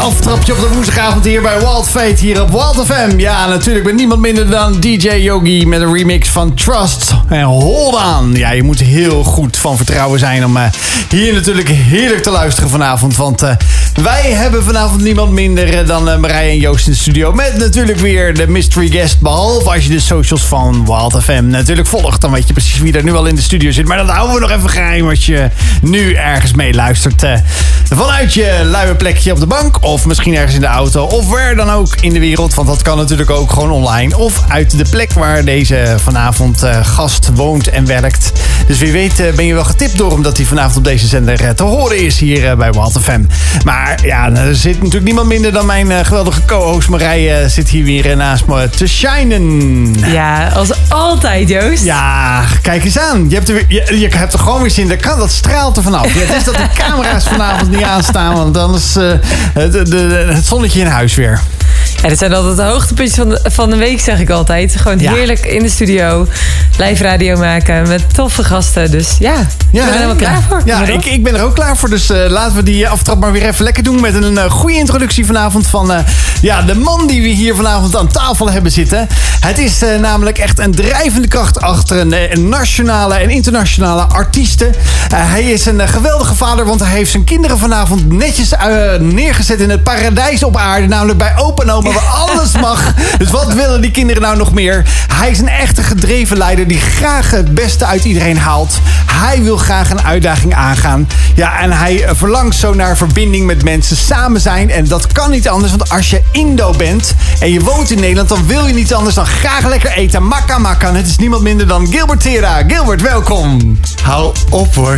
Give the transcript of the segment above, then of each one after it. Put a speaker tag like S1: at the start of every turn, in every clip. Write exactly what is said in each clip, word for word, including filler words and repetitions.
S1: aftrapje op de woensdagavond hier bij Wild Fate, hier op Wild F M. Ja, natuurlijk met niemand minder dan D J Yogi met een remix van Trust en Hold On. Ja, je moet heel goed van vertrouwen zijn om uh, hier natuurlijk heerlijk te luisteren vanavond. Want uh, wij hebben vanavond niemand minder dan uh, Marije en Joost in de studio. Met natuurlijk weer de mystery guest. Behalve als je de socials van Wild F M natuurlijk volgt. Dan weet je precies wie er nu al in de studio zit. Maar dat houden we nog even geheim als je nu ergens meeluistert. Uh, vanuit je luie plekje op de bank. Of misschien ergens in de auto. Of waar dan ook in de wereld. Want dat kan natuurlijk ook gewoon online. Of uit de plek waar deze vanavond uh, gast woont en werkt. Dus wie weet uh, ben je wel getipt door hem dat hij vanavond op deze zender uh, te horen is hier uh, bij Wild F M. Maar ja, er zit natuurlijk niemand minder dan mijn uh, geweldige co-host Marije. Uh, zit hier weer uh, naast me te shinen.
S2: Ja, als altijd, Joost.
S1: Ja, kijk eens aan. Je hebt er, je, je hebt er gewoon weer zin. Dat, kan, dat straalt er vanaf. Ja, het is dat de camera's vanavond niet aanstaan. Want anders uh, het, de, de, het zonnetje in huis weer.
S2: Ja, dit zijn altijd de hoogtepuntjes van de, van de week, zeg ik altijd. Gewoon ja. Heerlijk in de studio. Live radio maken met toffe gasten. Dus ja, ik ja, ben er helemaal klaar
S1: ja.
S2: voor.
S1: Ja, ik, ik ben er ook klaar voor. Dus uh, laten we die aftrap maar weer even lekker doen. Met een uh, goede introductie vanavond van uh, ja, de man die we hier vanavond aan tafel hebben zitten. Het is uh, namelijk echt een drijvende kracht achter een, een nationale en internationale artiesten. Uh, hij is een uh, geweldige vader, want hij heeft zijn kinderen vanavond netjes uh, neergezet in het paradijs op aarde. Namelijk bij opa en oma. Waar alles mag. Dus wat willen die kinderen nou nog meer? Hij is een echte gedreven leider die graag het beste uit iedereen haalt. Hij wil graag een uitdaging aangaan. Ja, en hij verlangt zo naar verbinding met mensen, samen zijn. En dat kan niet anders, want als je Indo bent en je woont in Nederland, dan wil je niet anders dan graag lekker eten. Makka makka. Het is niemand minder dan Gilbert Tera. Gilbert, welkom.
S3: Hou op hoor.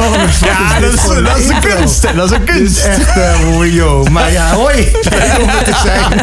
S1: Ja, dat is, dat is een kunst. Dat is een kunst.
S3: Dit is echt, uh, yo. Maar ja, hoi. Leuk om er te zijn.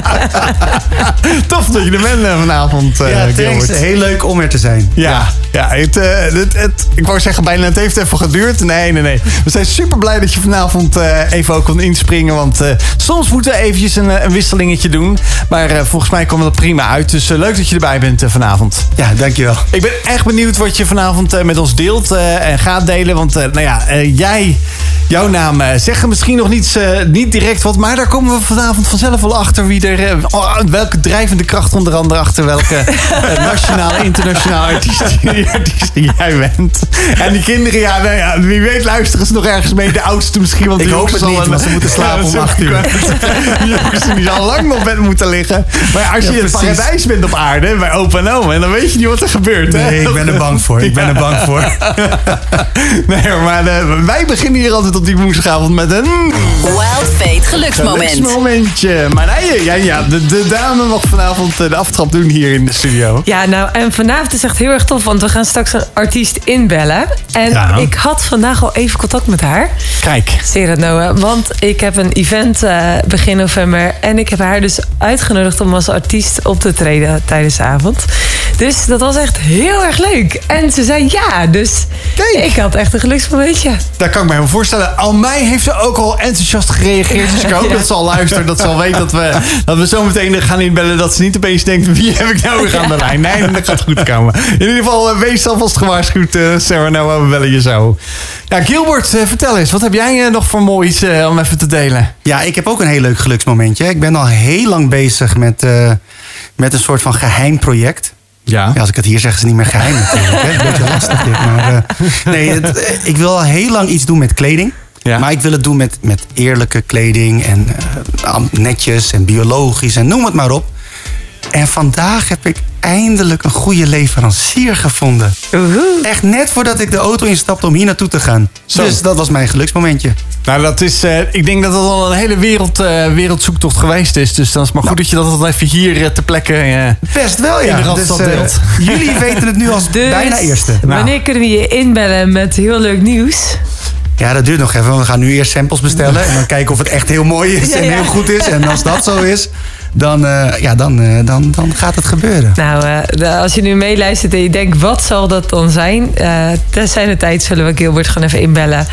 S1: Tof dat je er bent vanavond, uh,
S3: ja, thanks. Heel leuk om er te zijn.
S1: Ja, ja. ja het, uh, het, het, ik wou zeggen bijna, het heeft even geduurd. Nee, nee, nee. We zijn super blij dat je vanavond uh, even ook kon inspringen. Want uh, soms moeten we eventjes een, een wisselingetje doen. Maar uh, volgens mij komt dat prima uit. Dus uh, leuk dat je erbij bent uh, vanavond.
S3: Ja, dankjewel.
S1: Ik ben echt benieuwd wat je vanavond uh, met ons deelt uh, en gaat delen. Want uh, nou ja, uh, jij, jouw naam uh, zeggen misschien nog niet, uh, niet direct wat. Maar daar komen we vanavond vanzelf wel achter wie er... Uh, oh, welke drijvende kracht onder andere achter welke uh, nationale, internationale artiest, artiest jij bent. En die kinderen, ja, nou ja, wie weet luisteren ze nog ergens mee. De oudste misschien. Want
S3: ik hoop het niet, want ze moeten slapen om acht uur.
S1: Die zal lang nog bed moeten liggen. Maar als je ja, in het paradijs bent op aarde, bij opa en oma, dan weet je niet wat er gebeurt. Hè?
S3: Nee, ik ben er bang voor. Ik ben er bang voor.
S1: Nee, maar uh, wij beginnen hier altijd op die woensdagavond met een...
S4: Wild Fate geluksmoment.
S1: Geluksmomentje. Maar nee, ja, ja, de, de dame mag vanavond de aftrap doen hier in de studio.
S2: Ja, nou, en vanavond is echt heel erg tof, want we gaan straks een artiest inbellen. En ja. Ik had vandaag al even contact met haar.
S1: Kijk.
S2: Sarah Noah, want ik heb een event uh, begin november. En ik heb haar dus uitgenodigd om als artiest op te treden tijdens de avond. Dus dat was echt heel erg leuk. En ze zei ja, dus Kijk. Ik had echt een geluksmomentje.
S1: Dat kan ik me helemaal voorstellen. Al mij heeft ze ook al enthousiast gereageerd. Dus ik hoop ja. dat ze al luistert, dat ze al weet dat we, dat we zo meteen gaan inbellen. Dat ze niet opeens denkt, wie heb ik nou weer aan de lijn? Nee, dat gaat goed komen. In ieder geval, uh, wees alvast gewaarschuwd, uh, Sarah. Nou, we bellen je zo. Ja, Gilbert, uh, vertel eens. Wat heb jij uh, nog voor moois uh, om even te delen?
S3: Ja, ik heb ook een heel leuk geluksmomentje. Ik ben al heel lang bezig met, uh, met een soort van geheim project. Ja. Ja, als ik het hier zeg, is het niet meer geheim natuurlijk. Hè? Een beetje lastig dit. Maar, uh, nee, het, uh, ik wil al heel lang iets doen met kleding. Ja. Maar ik wil het doen met, met eerlijke kleding. En uh, netjes en biologisch en noem het maar op. En vandaag heb ik eindelijk een goede leverancier gevonden. Oehoe. Echt net voordat ik de auto instapte om hier naartoe te gaan. Zo. Dus dat was mijn geluksmomentje.
S1: Nou, dat is, uh, ik denk dat dat al een hele wereld, uh, wereldzoektocht geweest is. Dus dan is het maar goed nou. dat je dat dan even hier uh, ter plekke uh,
S3: best wel, ja.
S1: in de Randstad
S3: dus, uh,
S1: deelt.
S3: Jullie weten het nu als dus, bijna eerste.
S2: Nou. Wanneer kunnen we je inbellen met heel leuk nieuws?
S3: Ja, dat duurt nog even. We gaan nu eerst samples bestellen. En dan kijken of het echt heel mooi is en heel goed is. En als dat zo is, dan, uh, ja, dan, uh, dan, dan gaat het gebeuren.
S2: Nou, uh, de, als je nu meeluistert en je denkt, wat zal dat dan zijn? Uh, ten zijn de tijd zullen we Gilbert gewoon even inbellen.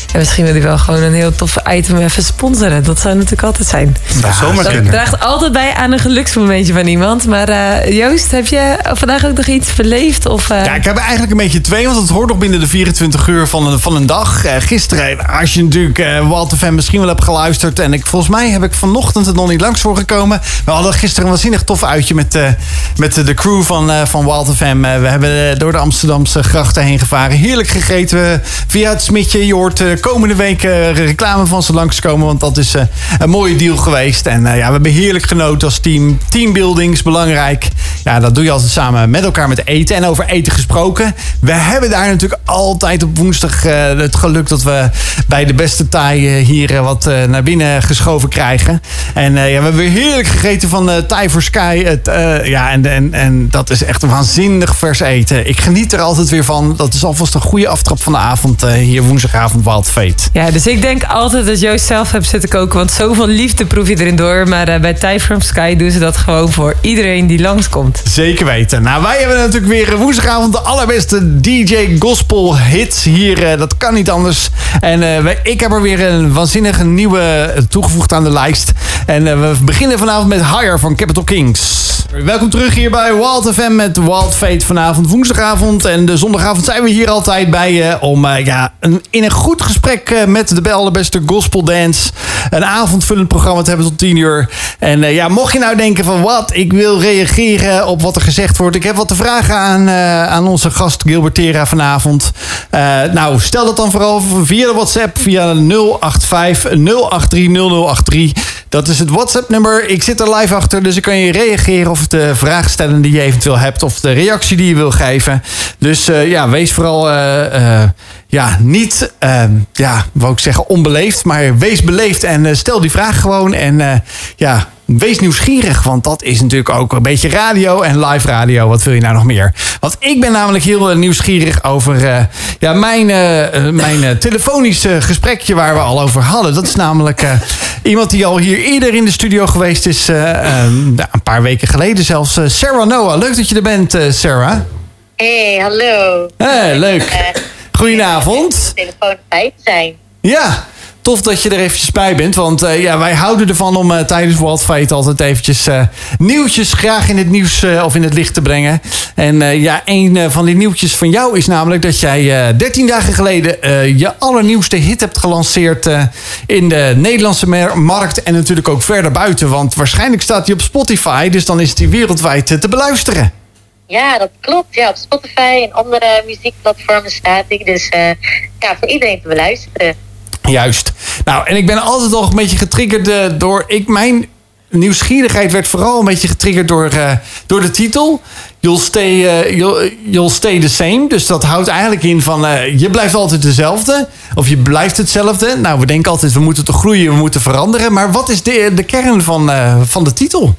S2: En misschien wil hij wel gewoon een heel tof item even sponsoren. Dat zou natuurlijk altijd zijn.
S3: Dat zou zomaar
S2: dat
S3: kunnen.
S2: draagt altijd bij aan een geluksmomentje van iemand. Maar uh, Joost, heb je vandaag ook nog iets beleefd? Of, uh...
S1: Ja, ik heb eigenlijk een beetje twee, want het hoort nog binnen de vierentwintig uur van een, van een dag. Uh, gisteren, als je natuurlijk uh, Wild F M misschien wel hebt geluisterd. En ik, volgens mij heb ik vanochtend het nog niet langs voor gekomen. We hadden gisteren een waanzinnig tof uitje met, uh, met de crew van, uh, van Wild F M. Uh, we hebben uh, door de Amsterdamse grachten heen gevaren. Heerlijk gegeten via het Smitje. Je hoort uh, komende week uh, reclame van ze langskomen, want dat is uh, een mooie deal geweest. En uh, ja, we hebben heerlijk genoten als team. Teambuilding is belangrijk. Ja, dat doe je altijd samen met elkaar met eten. En over eten gesproken. We hebben daar natuurlijk altijd op woensdag uh, het geluk dat we bij de beste Thai uh, hier uh, wat uh, naar binnen geschoven krijgen. En uh, ja, we hebben weer heerlijk gegeten van uh, Thai for Sky. Het, uh, ja, en, en, en dat is echt een waanzinnig vers eten. Ik geniet er altijd weer van. Dat is alvast een goede aftrap van de avond uh, hier woensdagavond Wild Fate.
S2: Ja, dus ik denk altijd dat Joost zelf hebt zitten koken. Want zoveel liefde proef je erin door. Maar uh, bij Thai from Sky doen ze dat gewoon voor iedereen die langskomt.
S1: Zeker weten. Nou, wij hebben natuurlijk weer woensdagavond de allerbeste D J gospel hits hier. Uh, dat kan niet anders. En uh, wij, ik heb er weer een waanzinnige nieuwe toegevoegd aan de lijst. En uh, we beginnen vanavond met Higher van Capital Kings. Welkom terug hier bij Wild F M met Wild Fate vanavond woensdagavond. En de zondagavond zijn we hier altijd bij je om uh, ja, een, in een goed gesprek uh, met de allerbeste gospel dance een avondvullend programma te hebben tot tien uur. En uh, ja, mocht je nou denken van wat, ik wil reageren op wat er gezegd wordt. Ik heb wat te vragen aan, uh, aan onze gast Gilbertera vanavond. Uh, nou, stel dat dan vooral via de WhatsApp via nul acht vijf nul acht drie nul nul acht drie. Dat is het WhatsApp-nummer. Ik zit er live achter, dus ik kan je reageren of de vraag stellen die je eventueel hebt of de reactie die je wil geven. Dus uh, ja, wees vooral uh, uh, ja, niet, uh, ja, wou ik zeggen onbeleefd, maar wees beleefd en uh, stel die vraag gewoon en uh, ja, wees nieuwsgierig, want dat is natuurlijk ook een beetje radio en live radio. Wat wil je nou nog meer? Want ik ben namelijk heel nieuwsgierig over uh, ja, mijn, uh, mijn uh, telefonische gesprekje waar we al over hadden. Dat is namelijk uh, iemand die al hier eerder in de studio geweest is. Uh, uh, een paar weken geleden zelfs. Uh, Sarah Noah. Leuk dat je er bent, uh, Sarah.
S5: Hey, hallo.
S1: Hey, leuk. Uh, Goedenavond.
S5: Telefoon bij te zijn.
S1: Ja. Tof dat je er eventjes bij bent, want uh, ja, wij houden ervan om uh, tijdens Wild Fate altijd eventjes uh, nieuwtjes graag in het nieuws uh, of in het licht te brengen. En uh, ja, een uh, van die nieuwtjes van jou is namelijk dat jij uh, dertien dagen geleden uh, je allernieuwste hit hebt gelanceerd uh, in de Nederlandse markt en natuurlijk ook verder buiten. Want waarschijnlijk staat hij op Spotify, dus dan is hij wereldwijd uh, te beluisteren.
S5: Ja, dat klopt. Ja, op Spotify en andere muziekplatformen staat hij. Dus uh, ja, voor iedereen te beluisteren.
S1: Juist. Nou, en ik ben altijd al een beetje getriggerd uh, door... Ik, mijn nieuwsgierigheid werd vooral een beetje getriggerd door, uh, door de titel. You'll stay, uh, you'll, you'll stay the same. Dus dat houdt eigenlijk in van... Uh, je blijft altijd dezelfde. Of je blijft hetzelfde. Nou, we denken altijd, we moeten toch groeien, we moeten veranderen. Maar wat is de, de kern van, uh, van de titel?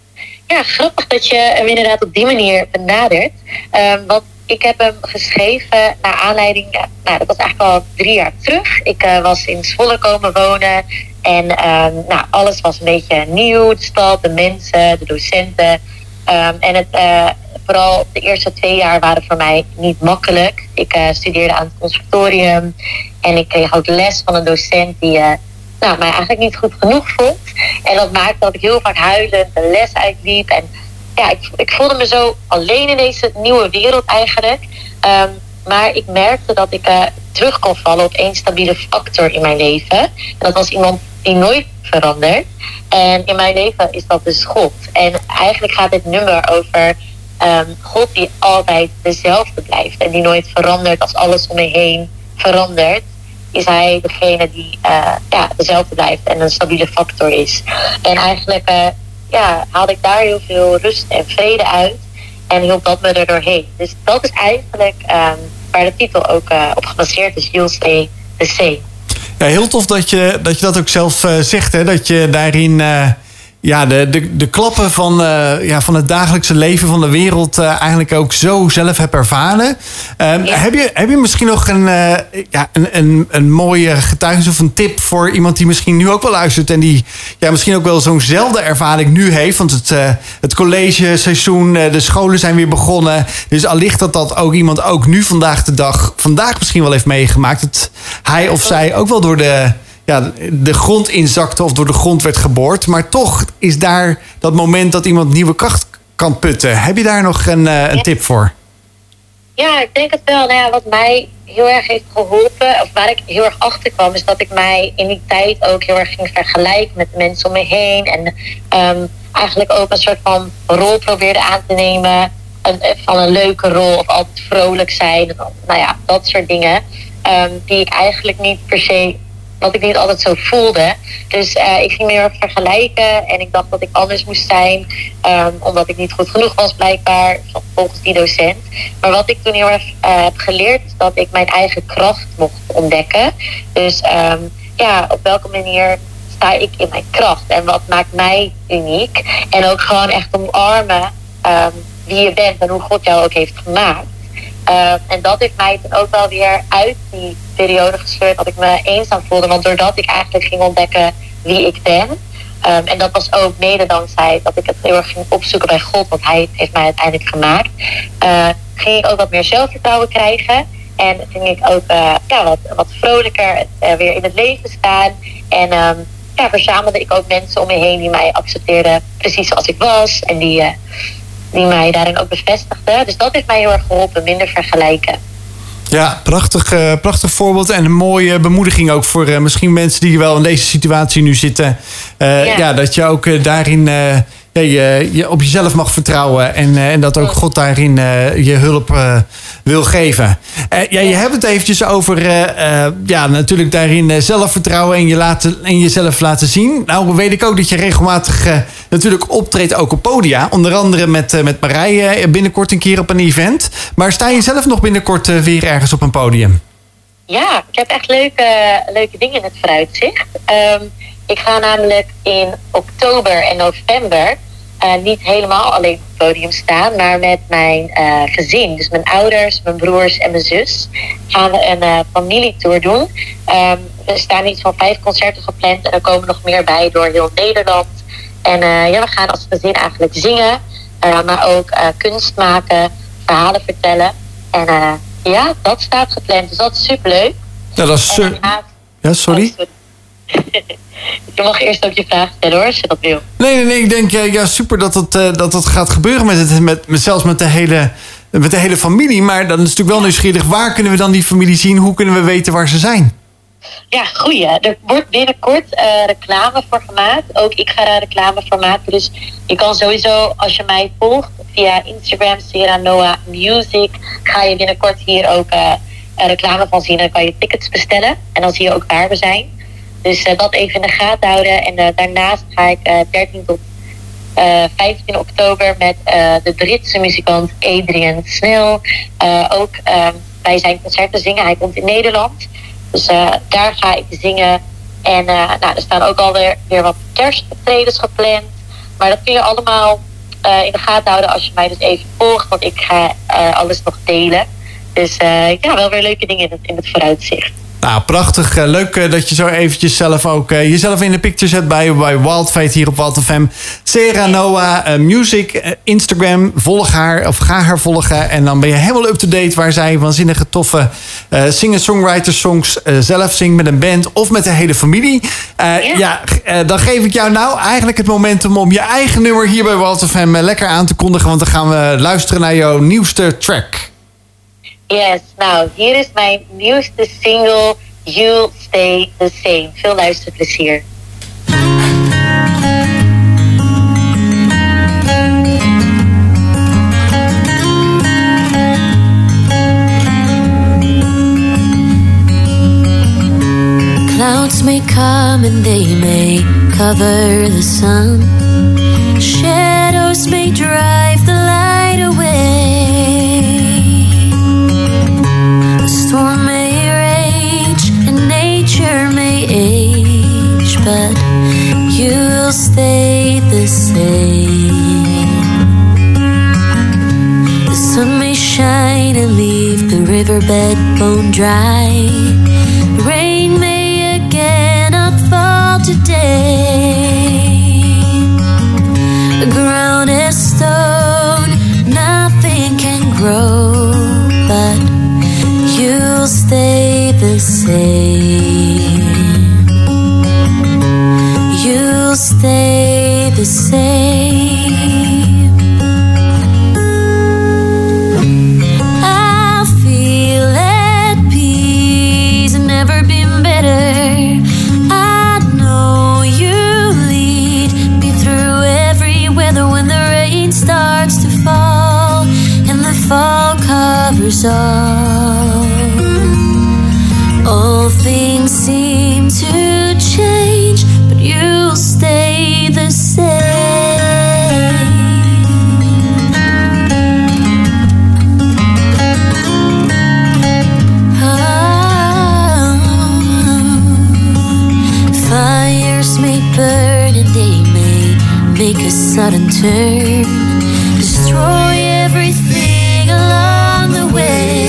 S5: Ja, grappig dat je hem inderdaad op die manier benadert. Um, want ik heb hem geschreven naar aanleiding... Nou, dat was eigenlijk al drie jaar terug. Ik uh, was in Zwolle komen wonen. En um, nou, alles was een beetje nieuw. De stad, de mensen, de docenten. Um, en het, uh, vooral de eerste twee jaar waren voor mij niet makkelijk. Ik uh, studeerde aan het conservatorium. En ik kreeg ook les van een docent die... Uh, nou, mij eigenlijk niet goed genoeg vond. En dat maakte dat ik heel vaak huilend de les uitliep. En ja, ik, ik voelde me zo alleen in deze nieuwe wereld eigenlijk. Um, maar ik merkte dat ik uh, terug kon vallen op één stabiele factor in mijn leven. En dat was iemand die nooit verandert. En in mijn leven is dat dus God. En eigenlijk gaat dit nummer over um, God die altijd dezelfde blijft. En die nooit verandert als alles om me heen verandert. Is hij degene die uh, ja, dezelfde blijft en een stabiele factor is. En eigenlijk uh, ja, haalde ik daar heel veel rust en vrede uit. En hielp dat me er doorheen. Dus dat is eigenlijk um, waar de titel ook uh, op gebaseerd is. You'll stay the same.
S1: Ja, heel tof dat je dat, je dat ook zelf uh, zegt. Hè? Dat je daarin uh, ja, de, de, de klappen van, uh, ja, van het dagelijkse leven van de wereld uh, eigenlijk ook zo zelf heb ervaren. Uh, ja. heb, je, heb je misschien nog een, uh, ja, een, een, een mooie getuigenis of een tip voor iemand die misschien nu ook wel luistert en die ja, misschien ook wel zo'nzelfde ervaring nu heeft? Want het, uh, het collegeseizoen, uh, de scholen zijn weer begonnen. Dus allicht dat dat ook iemand ook nu vandaag de dag, vandaag misschien wel heeft meegemaakt. Dat hij of zij ook wel door de... Ja, de grond inzakte of door de grond werd geboord. Maar toch is daar dat moment dat iemand nieuwe kracht kan putten. Heb je daar nog een, uh, een tip voor?
S5: Ja, ik denk het wel. Nou ja, wat mij heel erg heeft geholpen, of waar ik heel erg achter kwam, is dat ik mij in die tijd ook heel erg ging vergelijken met de mensen om me heen. En um, eigenlijk ook een soort van rol probeerde aan te nemen. Een, van een leuke rol of altijd vrolijk zijn. Nou ja, dat soort dingen. Um, die ik eigenlijk niet per se... wat ik niet altijd zo voelde. Dus uh, ik ging me heel erg vergelijken. En ik dacht dat ik anders moest zijn. Um, omdat ik niet goed genoeg was blijkbaar. Volgens die docent. Maar wat ik toen heel erg uh, heb geleerd. Is dat ik mijn eigen kracht mocht ontdekken. Dus um, ja, op welke manier sta ik in mijn kracht. En wat maakt mij uniek. En ook gewoon echt omarmen um, wie je bent. En hoe God jou ook heeft gemaakt. Uh, en dat heeft mij toen ook wel weer uit die periode gesleurd dat ik me eenzaam voelde. Want doordat ik eigenlijk ging ontdekken wie ik ben. Um, en dat was ook mede dankzij dat ik het heel erg ging opzoeken bij God. Want hij heeft mij uiteindelijk gemaakt. Uh, ging ik ook wat meer zelfvertrouwen krijgen. En ging ik ook uh, ja, wat, wat vrolijker uh, weer in het leven staan. En um, ja, verzamelde ik ook mensen om me heen die mij accepteerden precies zoals ik was. En die... Uh, die mij daarin ook bevestigde. Dus dat heeft mij heel erg geholpen, minder vergelijken.
S1: Ja, prachtig, uh, prachtig voorbeeld en een mooie bemoediging ook voor uh, misschien mensen die wel in deze situatie nu zitten. Uh, ja. ja, dat je ook uh, daarin uh, ja, je, je op jezelf mag vertrouwen en, uh, en dat ook God daarin uh, je hulp uh, wil geven. Uh, ja, je hebt het eventjes over uh, uh, ja, natuurlijk daarin uh, zelfvertrouwen en, je laten, en jezelf laten zien. Nou weet ik ook dat je regelmatig uh, natuurlijk optreedt ook op podia. Onder andere met, uh, met Marije binnenkort een keer op een event. Maar sta je zelf nog binnenkort uh, weer ergens op een podium?
S5: Ja, ik heb echt leuke, leuke dingen in het vooruitzicht. Um, ik ga namelijk in oktober en november uh, niet helemaal alleen op het podium staan, maar met mijn uh, gezin. Dus mijn ouders, mijn broers en mijn zus gaan we een uh, familietour doen. Um, er staan iets van vijf concerten gepland en er komen nog meer bij door heel Nederland. En uh, ja, we gaan als gezin eigenlijk zingen, uh, maar ook uh, kunst maken, verhalen vertellen. En uh, ja, dat staat gepland, dus dat is superleuk.
S1: Ja, dat is... Uh, ja, sorry.
S5: Oh, je mag eerst ook je vraag stellen hoor, als je dat wil.
S1: Nee, nee, nee. Ik denk ja, super dat het, uh, dat het gaat gebeuren met het, met, met, zelfs met de, hele, met de hele familie. Maar dan is het natuurlijk wel nieuwsgierig. Waar kunnen we dan die familie zien? Hoe kunnen we weten waar ze zijn?
S5: Ja, goeie. Er wordt binnenkort uh, reclame voor gemaakt. Ook ik ga daar reclame voor maken. Dus je kan sowieso, als je mij volgt via Instagram, Sarah Noah Music, ga je binnenkort hier ook uh, reclame van zien. Dan kan je tickets bestellen. En dan zie je ook waar we zijn. Dus uh, dat even in de gaten houden. En uh, daarnaast ga ik uh, dertien tot vijftien oktober met uh, de Britse muzikant Adrian Snell uh, ook uh, bij zijn concerten zingen. Hij komt in Nederland. Dus uh, daar ga ik zingen. En uh, nou, er staan ook alweer weer wat kerstoptredens gepland. Maar dat kun je allemaal uh, in de gaten houden als je mij dus even volgt. Want ik ga uh, alles nog delen. Dus uh, ja, wel weer leuke dingen in het, in het vooruitzicht.
S1: Nou, prachtig. Uh, leuk uh, dat je zo eventjes zelf ook uh, jezelf in de picture zet bij, bij Wild Fate hier op Wild F M. Sarah Noah uh, Music, uh, Instagram, volg haar of ga haar volgen. En dan ben je helemaal up-to-date waar zij waanzinnige toffe uh, singer-songwriter songs uh, zelf zingt met een band of met de hele familie. Uh, ja, ja uh, dan geef ik jou nou eigenlijk het momentum om je eigen nummer hier bij Wild F M uh, lekker aan te kondigen. Want dan gaan we luisteren naar jouw nieuwste track.
S5: Yes, nou, hier is mijn nieuwste single, You'll Stay the Same. Veel luisterplezier.
S6: Clouds may come and they may cover the sun. Shadows may drive the light away. Storm may rage and nature may age, but you'll stay the same. The sun may shine and leave the riverbed bone dry. The rain may again not fall today. The ground is stone, nothing can grow, but you'll stay the same. You'll stay the same. I feel at peace, never been better. I know you lead me through every weather when the rain starts to fall and the fall covers all. All things seem to change, but you'll stay the same. Oh, fires may burn and they may make a sudden turn, destroy everything along the way.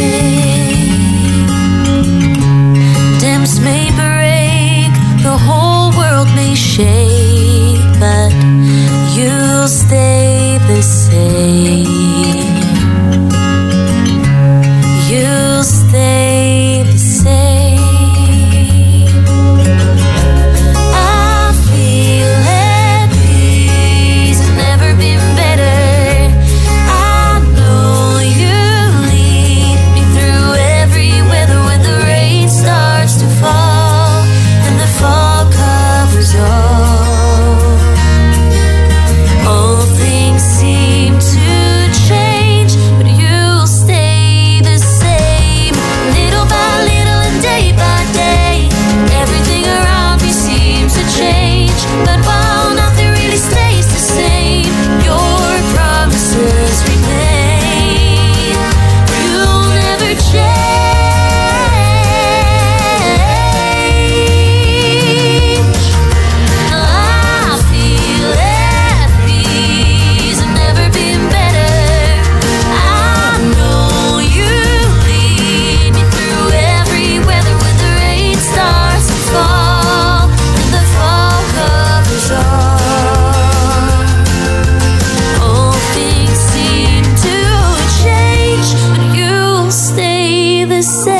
S6: Dams may break, the whole world may shake, but you'll stay the same. You'll stay the same. I feel at peace, never been better. I know you lead me through every weather when the rain starts to fall and the fall covers all. All things seem to change, but you'll stay the same. Little by little and day by day, everything around me seems to change, but while nothing really stays the same, your promises remain. You'll never change. I feel at peace, never been better. I know you lead me through every weather when the rain starts to fall and the fall covers all. All things seem to change, but you'll stay the same.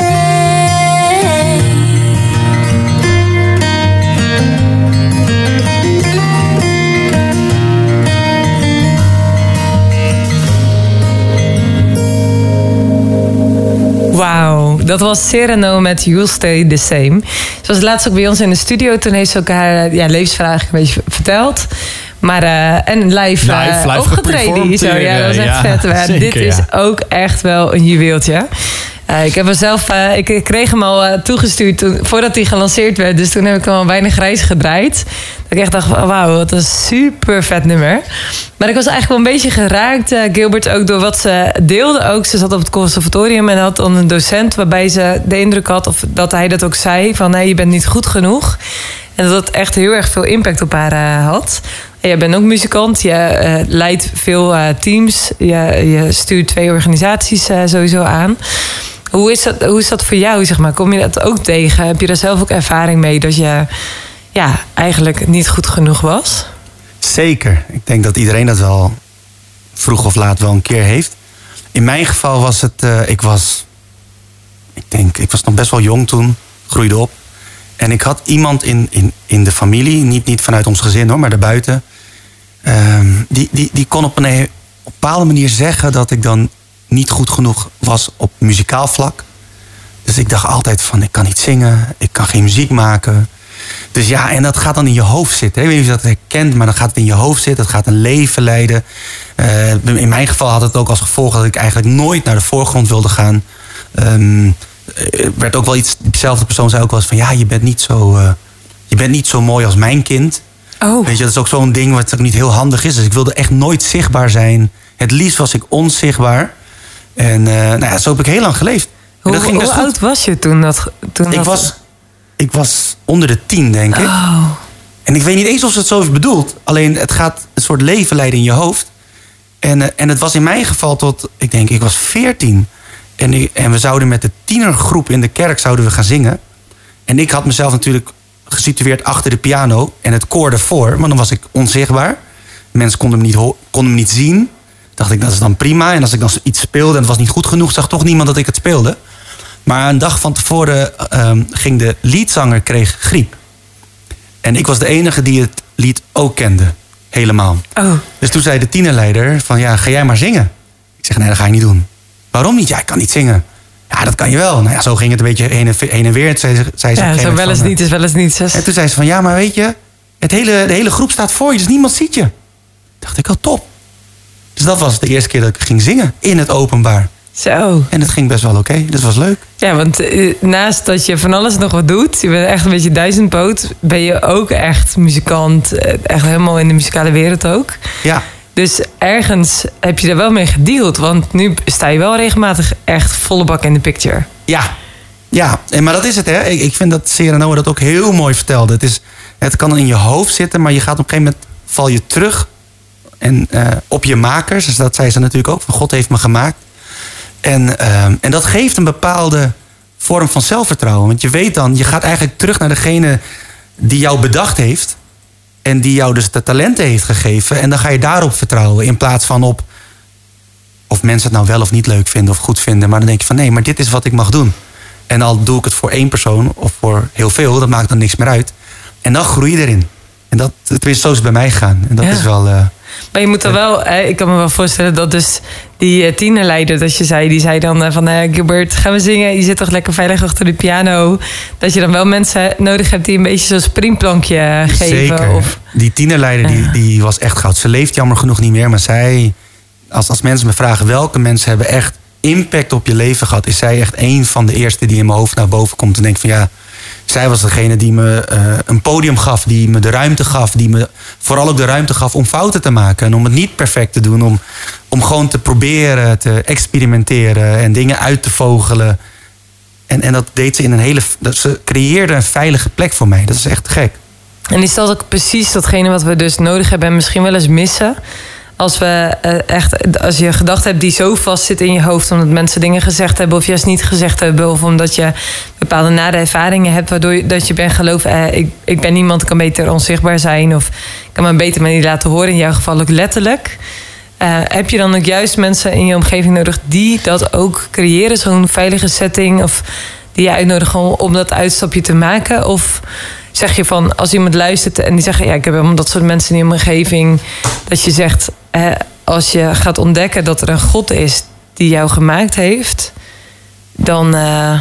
S2: Wauw, dat was Cyrano met You'll Stay The Same. Ze was laatst ook bij ons in de studio. Toen heeft ze ook haar ja, levensverhaal een beetje verteld. Maar, uh, en live, uh,
S1: Live, live
S2: opgetreden
S1: geperformed
S2: hier zo.
S1: hier,
S2: Ja, dat was echt
S1: ja,
S2: vet. Maar
S1: zeker,
S2: dit is
S1: ja.
S2: ook echt wel een juweeltje. Uh, ik heb hem zelf, uh, ik ik kreeg hem al uh, toegestuurd toen, voordat hij gelanceerd werd. Dus toen heb ik hem al bijna grijs gedraaid. Dat ik echt dacht, wauw, wat een super vet nummer. Maar ik was eigenlijk wel een beetje geraakt, uh, Gilbert, ook door wat ze deelde. Ook, ze zat op het conservatorium en had dan een docent waarbij ze de indruk had, of dat hij dat ook zei, van nee, je bent niet goed genoeg. En dat het echt heel erg veel impact op haar uh, had. En jij bent ook muzikant, je uh, leidt veel uh, teams, je, je stuurt twee organisaties uh, sowieso aan. Hoe is, dat, hoe is dat voor jou, zeg maar? Kom je dat ook tegen? Heb je daar zelf ook ervaring mee dat je ja, eigenlijk niet goed genoeg was?
S3: Zeker. Ik denk dat iedereen dat wel vroeg of laat wel een keer heeft. In mijn geval was het, uh, ik was, ik denk, ik was nog best wel jong toen, groeide op. En ik had iemand in, in, in de familie, niet, niet vanuit ons gezin hoor, maar daarbuiten. Um, die, die, die kon op een, op een bepaalde manier zeggen dat ik dan niet goed genoeg was op muzikaal vlak. Dus ik dacht altijd van, ik kan niet zingen, ik kan geen muziek maken. Dus ja, en dat gaat dan in je hoofd zitten. Ik weet niet of je dat herkent, maar dan gaat het in je hoofd zitten. Het gaat een leven leiden. Uh, in mijn geval had het ook als gevolg dat ik eigenlijk nooit naar de voorgrond wilde gaan. Um, er werd ook wel iets, diezelfde persoon zei ook wel eens van, ja, je bent niet zo, uh, je bent niet zo mooi als mijn kind.
S2: Oh.
S3: Weet je, dat is ook zo'n ding wat ook niet heel handig is. Dus ik wilde echt nooit zichtbaar zijn. Het liefst was ik onzichtbaar. En uh, nou ja, zo heb ik heel lang geleefd.
S2: Hoe,
S3: dat ging
S2: hoe oud was je toen dat... Toen
S3: ik,
S2: dat...
S3: was, ik was onder de tien, denk ik.
S2: Oh.
S3: En ik weet niet eens of ze het zo heeft bedoeld. Alleen het gaat een soort leven leiden in je hoofd. En, uh, en het was in mijn geval tot, ik denk, ik was veertien. En, ik, en we zouden met de tienergroep in de kerk zouden we gaan zingen. En ik had mezelf natuurlijk gesitueerd achter de piano en het koor ervoor. Maar dan was ik onzichtbaar. Mensen konden me niet, ho- konden me niet zien. Dacht ik, dat is dan prima. En als ik dan iets speelde en het was niet goed genoeg, zag toch niemand dat ik het speelde. Maar een dag van tevoren um, ging de leadzanger, kreeg griep. En ik was de enige die het lied ook kende. Helemaal.
S2: Oh.
S3: Dus toen zei de tienerleider van, ja, ga jij maar zingen. Ik zeg, nee, dat ga ik niet doen. Waarom niet? Ja, ik kan niet zingen. Ja, dat kan je wel. Nou ja, zo ging het een beetje heen en, heen en weer. Zei, zei ze
S2: Ja, zo wel eens van, niet is wel eens niet. Zus.
S3: En toen zei ze van, ja, maar weet je, het hele, de hele groep staat voor je, dus niemand ziet je. Dacht ik, al top. Dus dat was de eerste keer dat ik ging zingen in het openbaar.
S2: Zo.
S3: En het ging best wel oké, okay. Dus was leuk.
S2: Ja, want uh, naast dat je van alles nog wat doet, je bent echt een beetje duizendpoot, ben je ook echt muzikant, echt helemaal in de muzikale wereld ook.
S3: Ja.
S2: Dus ergens heb je er wel mee gedeeld, want nu sta je wel regelmatig echt volle bak in de picture.
S3: Ja, ja. En, maar dat is het, hè. Ik, ik vind dat Sarah Noah dat ook heel mooi vertelde. Het, is, het kan in je hoofd zitten, maar je gaat op een gegeven moment, val je terug en, uh, op je makers. Dus dat zei ze natuurlijk ook, van God heeft me gemaakt. En, uh, en dat geeft een bepaalde vorm van zelfvertrouwen. Want je weet dan, je gaat eigenlijk terug naar degene die jou bedacht heeft. En die jou dus de talenten heeft gegeven. En dan ga je daarop vertrouwen. In plaats van op of mensen het nou wel of niet leuk vinden of goed vinden. Maar dan denk je van nee, maar dit is wat ik mag doen. En al doe ik het voor één persoon of voor heel veel, dat maakt dan niks meer uit. En dan groei je erin. En dat, tenminste, zo is het bij mij gegaan. En dat
S2: ja.
S3: is wel... Uh,
S2: Maar je moet dan wel, ik kan me wel voorstellen dat dus die tienerleider, dat je zei, die zei dan van Gilbert, gaan we zingen? Je zit toch lekker veilig achter de piano. Dat je dan wel mensen nodig hebt die een beetje zo'n springplankje geven.
S3: Zeker.
S2: Of...
S3: Die tienerleider die, die was echt goud. Ze leeft jammer genoeg niet meer, maar zij, als, als mensen me vragen welke mensen hebben echt impact op je leven gehad, is zij echt een van de eerste die in mijn hoofd naar boven komt en denkt van ja, zij was degene die me uh, een podium gaf, die me de ruimte gaf, die me vooral ook de ruimte gaf om fouten te maken en om het niet perfect te doen, om, om gewoon te proberen, te experimenteren en dingen uit te vogelen. En, en dat deed ze in een hele, dat ze creëerde een veilige plek voor mij. Dat is echt gek.
S2: En is dat ook precies datgene wat we dus nodig hebben en misschien wel eens missen? Als we uh, echt, als je gedachten hebt die zo vast zit in je hoofd, omdat mensen dingen gezegd hebben of juist niet gezegd hebben, of omdat je bepaalde nare ervaringen hebt waardoor je, dat je bent geloven, eh, ik, ik ben niemand, ik kan beter onzichtbaar zijn of ik kan me een betere manier laten horen, in jouw geval ook letterlijk. Uh, heb je dan ook juist mensen in je omgeving nodig die dat ook creëren, zo'n veilige setting, of die je uitnodigen om, om dat uitstapje te maken? Of zeg je van, als iemand luistert en die zegt, ja, ik heb helemaal dat soort mensen in mijn omgeving, dat je zegt, eh, als je gaat ontdekken dat er een God is die jou gemaakt heeft, dan, uh,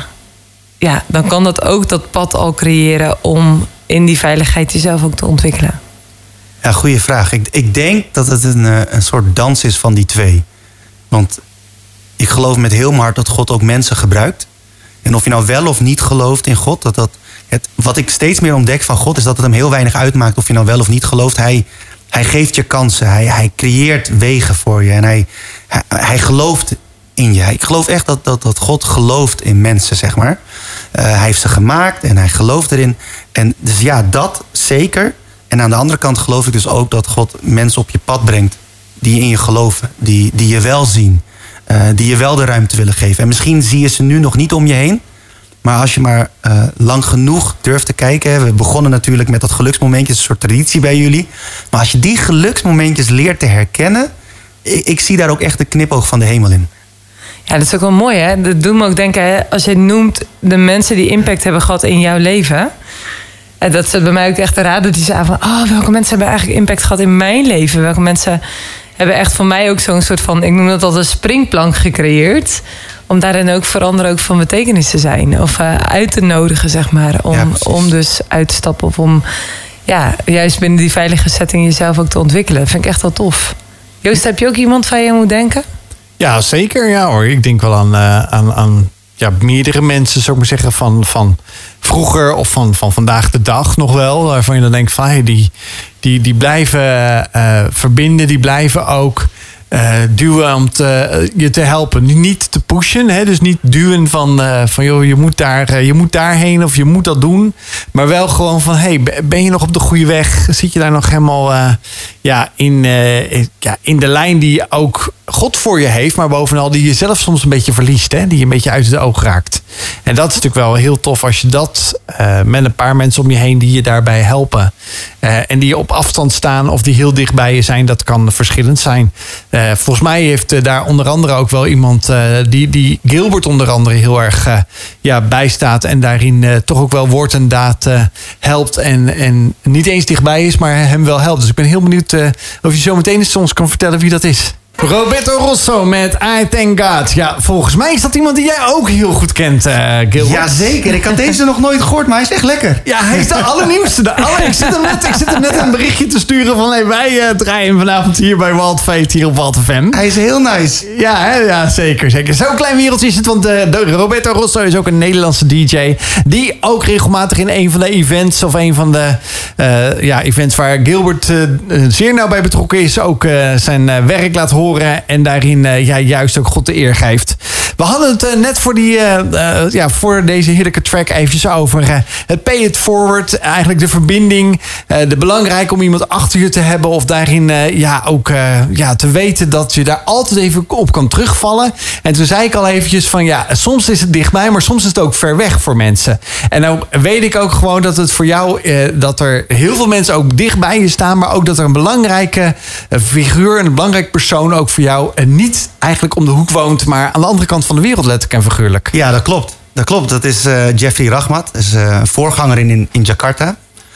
S2: ja, dan kan dat ook dat pad al creëren om in die veiligheid jezelf ook te ontwikkelen.
S3: Ja, goede vraag. Ik, ik denk dat het een, een soort dans is van die twee. Want ik geloof met heel mijn hart dat God ook mensen gebruikt. En of je nou wel of niet gelooft in God, dat dat het, wat ik steeds meer ontdek van God is dat het hem heel weinig uitmaakt of je nou wel of niet gelooft. Hij, hij geeft je kansen. Hij, hij creëert wegen voor je. En hij, hij, hij gelooft in je. Ik geloof echt dat, dat, dat God gelooft in mensen, zeg maar. Uh, hij heeft ze gemaakt en hij gelooft erin. En dus ja, dat zeker. En aan de andere kant geloof ik dus ook dat God mensen op je pad brengt die in je geloven. Die, die je wel zien. Uh, die je wel de ruimte willen geven. En misschien zie je ze nu nog niet om je heen. Maar als je maar uh, lang genoeg durft te kijken. We begonnen natuurlijk met dat geluksmomentjes, een soort traditie bij jullie. Maar als je die geluksmomentjes leert te herkennen, ik, ik zie daar ook echt de knipoog van de hemel in.
S2: Ja, dat is ook wel mooi, hè? Dat doet me ook denken, hè? Als je noemt de mensen die impact hebben gehad in jouw leven. Dat zit bij mij ook echt te raden. Die zeggen van, oh, welke mensen hebben eigenlijk impact gehad in mijn leven? Welke mensen hebben echt voor mij ook zo'n soort van, ik noem dat al een springplank gecreëerd. Om daarin ook voor anderen ook van betekenis te zijn. Of uh, uit te nodigen, zeg maar. Om, ja, om dus uit te stappen. Of om ja, juist binnen die veilige setting jezelf ook te ontwikkelen. Dat vind ik echt wel tof. Joost, heb je ook iemand waar je moet denken?
S1: Ja, zeker. Ja hoor. Ik denk wel aan, uh, aan, aan ja, meerdere mensen, zou ik maar zeggen, van, van vroeger of van, van vandaag de dag nog wel. Waarvan je dan denkt van, hey, die, die, die blijven uh, verbinden. Die blijven ook uh, duwen om te, uh, je te helpen. Niet te pushen, hè? Dus niet duwen van, uh, van joh, je moet, daar, uh, je moet daarheen of je moet dat doen. Maar wel gewoon van, hey, ben je nog op de goede weg? Zit je daar nog helemaal uh, ja, in, uh, in, ja, in de lijn die ook God voor je heeft, maar bovenal die je zelf soms een beetje verliest, hè? Die je een beetje uit het oog raakt. En dat is natuurlijk wel heel tof als je dat uh, met een paar mensen om je heen die je daarbij helpen. Uh, en die op afstand staan of die heel dicht bij je zijn, dat kan verschillend zijn. Uh, volgens mij heeft uh, daar onder andere ook wel iemand uh, die, die Gilbert onder andere heel erg uh, ja, bijstaat en daarin uh, toch ook wel woord en daad uh, helpt en, en niet eens dichtbij is, maar hem wel helpt. Dus ik ben heel benieuwd uh, of je zo meteen eens ons kan vertellen wie dat is. Roberto Rosso met I Thank God. Ja, volgens mij is dat iemand die jij ook heel goed kent, uh, Gilbert.
S3: Jazeker, ik had deze nog nooit gehoord, maar hij is echt lekker.
S1: Ja, hij is de allernieuwste. De aller... ik, zit hem net, ik zit hem net een berichtje te sturen van... Hey, wij uh, draaien vanavond hier bij Wild Fate, hier op Wild F M.
S3: Hij is heel nice.
S1: Ja, hè? Ja, zeker, zeker. Zo'n klein wereldje is het, want uh, Roberto Rosso is ook een Nederlandse D J... die ook regelmatig in een van de events... of een van de uh, ja, events waar Gilbert uh, zeer nauw bij betrokken is... ook uh, zijn uh, werk laat horen... en daarin uh, ja, juist ook God de eer geeft. We hadden het uh, net voor, die, uh, uh, ja, voor deze heerlijke track eventjes over uh, het pay it forward. Eigenlijk de verbinding. Uh, de belangrijk om iemand achter je te hebben. Of daarin uh, ja, ook uh, ja, te weten dat je daar altijd even op kan terugvallen. En toen zei ik al eventjes van ja, soms is het dichtbij, maar soms is het ook ver weg voor mensen. En nou weet ik ook gewoon dat het voor jou, uh, dat er heel veel mensen ook dichtbij je staan. Maar ook dat er een belangrijke uh, figuur, een belangrijk persoon ook voor jou uh, niet eigenlijk om de hoek woont, maar aan de andere kant van de wereld, letterlijk en figuurlijk.
S3: Ja, dat klopt. Dat klopt. Dat is uh, Jeffrey Rahmat. Dat is uh, een voorganger in, in, in Jakarta.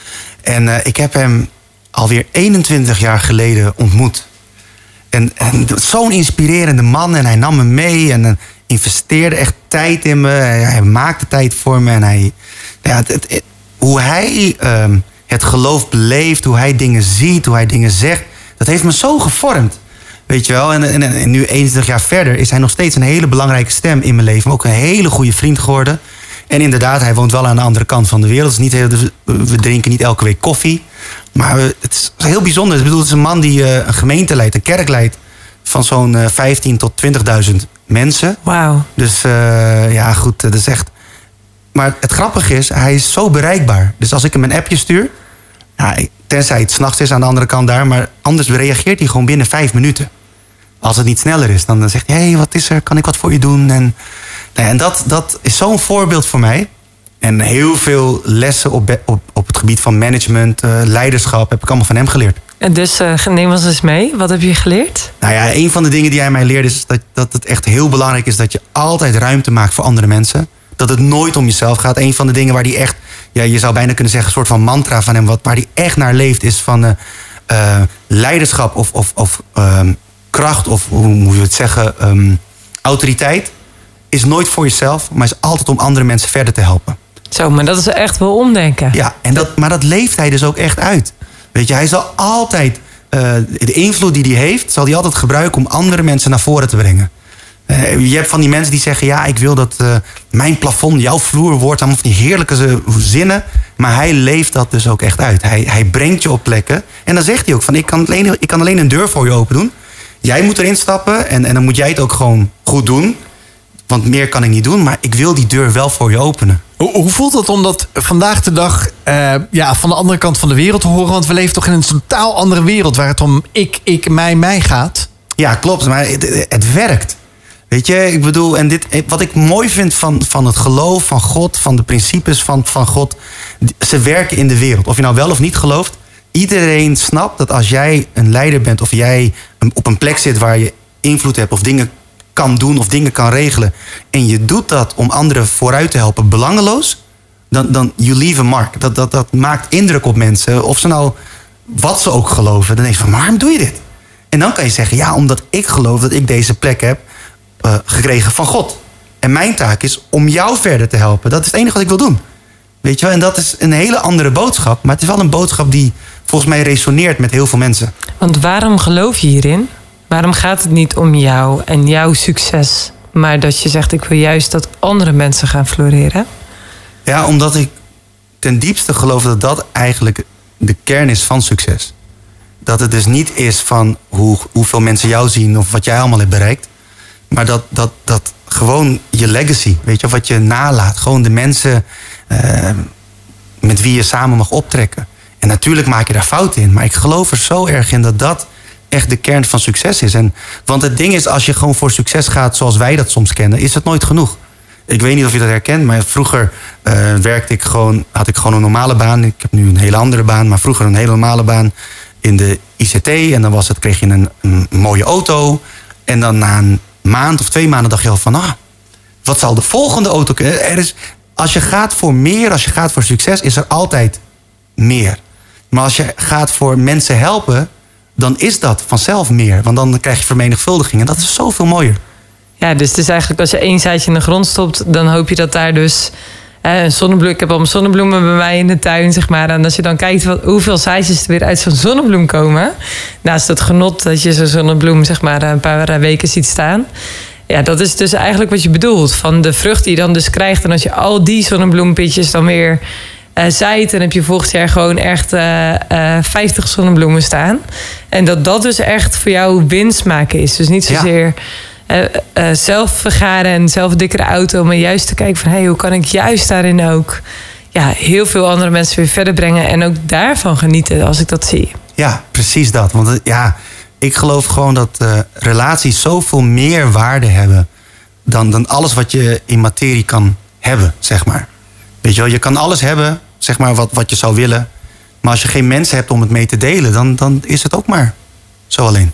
S3: En uh, ik heb hem alweer eenentwintig jaar geleden ontmoet. En, en zo'n inspirerende man. En hij nam me mee en uh, investeerde echt tijd in me. Hij, hij maakte tijd voor me. En hij, ja, het, het, het, hoe hij uh, het geloof beleeft, hoe hij dingen ziet, hoe hij dingen zegt, dat heeft me zo gevormd. Weet je wel, en, en, en nu eenentwintig jaar verder is hij nog steeds een hele belangrijke stem in mijn leven. Maar ook een hele goede vriend geworden. En inderdaad, hij woont wel aan de andere kant van de wereld. Dus niet heel, we drinken niet elke week koffie. Maar het is heel bijzonder. Ik bedoel, het is een man die uh, een gemeente leidt, een kerk leidt. Van zo'n uh, vijftien tot twintigduizend mensen.
S2: Wauw.
S3: Dus uh, ja, goed, dat is echt... Maar het grappige is, hij is zo bereikbaar. Dus als ik hem een appje stuur... Nou, tenzij het 's nachts is aan de andere kant daar... maar anders reageert hij gewoon binnen vijf minuten. Als het niet sneller is, dan zegt hij... hé, hey, wat is er? Kan ik wat voor je doen? En, nou, en dat, dat is zo'n voorbeeld voor mij. En heel veel lessen op, op, op het gebied van management, uh, leiderschap... heb ik allemaal van hem geleerd.
S2: En dus uh, neem ons eens mee. Wat heb je geleerd?
S3: Nou ja, een van de dingen die hij mij leerde... is dat, dat het echt heel belangrijk is... dat je altijd ruimte maakt voor andere mensen. Dat het nooit om jezelf gaat. Een van de dingen waar hij echt... ja, je zou bijna kunnen zeggen, een soort van mantra van hem... Wat, waar hij echt naar leeft, is van uh, uh, leiderschap of, of, of um, kracht... of hoe moet je het zeggen, um, autoriteit... is nooit voor jezelf, maar is altijd om andere mensen verder te helpen.
S2: Zo, maar dat is echt wel omdenken.
S3: Ja, en dat, maar dat leeft hij dus ook echt uit. Weet je, hij zal altijd... Uh, de invloed die hij heeft, zal hij altijd gebruiken... om andere mensen naar voren te brengen. Uh, je hebt van die mensen die zeggen... ja, ik wil dat uh, mijn plafond jouw vloer wordt. Allemaal van die heerlijke zinnen. Maar hij leeft dat dus ook echt uit. Hij, hij brengt je op plekken. En dan zegt hij ook van... Ik kan, alleen, ik kan alleen een deur voor je open doen. Jij moet erin stappen. En, en dan moet jij het ook gewoon goed doen. Want meer kan ik niet doen. Maar ik wil die deur wel voor je openen.
S1: Hoe, hoe voelt het om dat vandaag de dag uh, ja, van de andere kant van de wereld te horen? Want we leven toch in een totaal andere wereld... waar het om ik, ik, mij, mij gaat?
S3: Ja, klopt. Maar het, het werkt. Weet je, ik bedoel, en dit, wat ik mooi vind van, van het geloof van God, van de principes van, van God, ze werken in de wereld. Of je nou wel of niet gelooft, iedereen snapt dat als jij een leider bent of jij op een plek zit waar je invloed hebt of dingen kan doen of dingen kan regelen, en je doet dat om anderen vooruit te helpen, belangeloos, dan, dan you leave a mark. Dat, dat, dat maakt indruk op mensen, of ze nou wat ze ook geloven. Dan denk je van, waarom doe je dit? En dan kan je zeggen, ja, omdat ik geloof dat ik deze plek heb Uh, gekregen van God. En mijn taak is om jou verder te helpen. Dat is het enige wat ik wil doen. Weet je wel? En dat is een hele andere boodschap. Maar het is wel een boodschap die volgens mij resoneert met heel veel mensen.
S2: Want waarom geloof je hierin? Waarom gaat het niet om jou en jouw succes? Maar dat je zegt, ik wil juist dat andere mensen gaan floreren?
S3: Ja, omdat ik ten diepste geloof dat dat eigenlijk de kern is van succes. Dat het dus niet is van hoe, hoeveel mensen jou zien of wat jij allemaal hebt bereikt. Maar dat, dat, dat gewoon je legacy, weet je, of wat je nalaat. Gewoon de mensen uh, met wie je samen mag optrekken. En natuurlijk maak je daar fouten in. Maar ik geloof er zo erg in dat dat echt de kern van succes is. En, want het ding is, als je gewoon voor succes gaat zoals wij dat soms kennen, is het nooit genoeg. Ik weet niet of je dat herkent, maar vroeger uh, werkte ik gewoon, had ik gewoon een normale baan. Ik heb nu een hele andere baan, maar vroeger een hele normale baan in de I C T. En dan was het, kreeg je een, een mooie auto. En dan na een maand of twee maanden dacht je al van, ah, wat zal de volgende auto kunnen? Er is, als je gaat voor meer, als je gaat voor succes, is er altijd meer. Maar als je gaat voor mensen helpen, dan is dat vanzelf meer. Want dan krijg je vermenigvuldiging. En dat is zoveel mooier.
S2: Ja, dus het is eigenlijk als je één zaadje in de grond stopt, dan hoop je dat daar dus eh, een zonnebloem. Ik heb allemaal zonnebloemen bij mij in de tuin, zeg maar. En als je dan kijkt wat, hoeveel zaadjes er weer uit zo'n zonnebloem komen, naast het genot dat je zo'n zonnebloem, zeg maar, een paar weken ziet staan. Ja, dat is dus eigenlijk wat je bedoelt. Van de vrucht die je dan dus krijgt. En als je al die zonnebloempitjes dan weer uh, zaait, dan heb je volgend jaar gewoon echt uh, uh, vijftig zonnebloemen staan. En dat dat dus echt voor jou winst maken is. Dus niet zozeer ja. Uh, uh, zelf vergaren en zelf een dikkere auto, maar juist te kijken van, hey, hoe kan ik juist daarin ook ja, heel veel andere mensen weer verder brengen en ook daarvan genieten als ik dat zie.
S3: Ja, precies dat. Want ja, ik geloof gewoon dat uh, relaties zoveel meer waarde hebben dan, dan alles wat je in materie kan hebben, zeg maar. Weet je wel, je kan alles hebben, zeg maar, wat, wat je zou willen. Maar als je geen mensen hebt om het mee te delen, dan, dan is het ook maar zo alleen.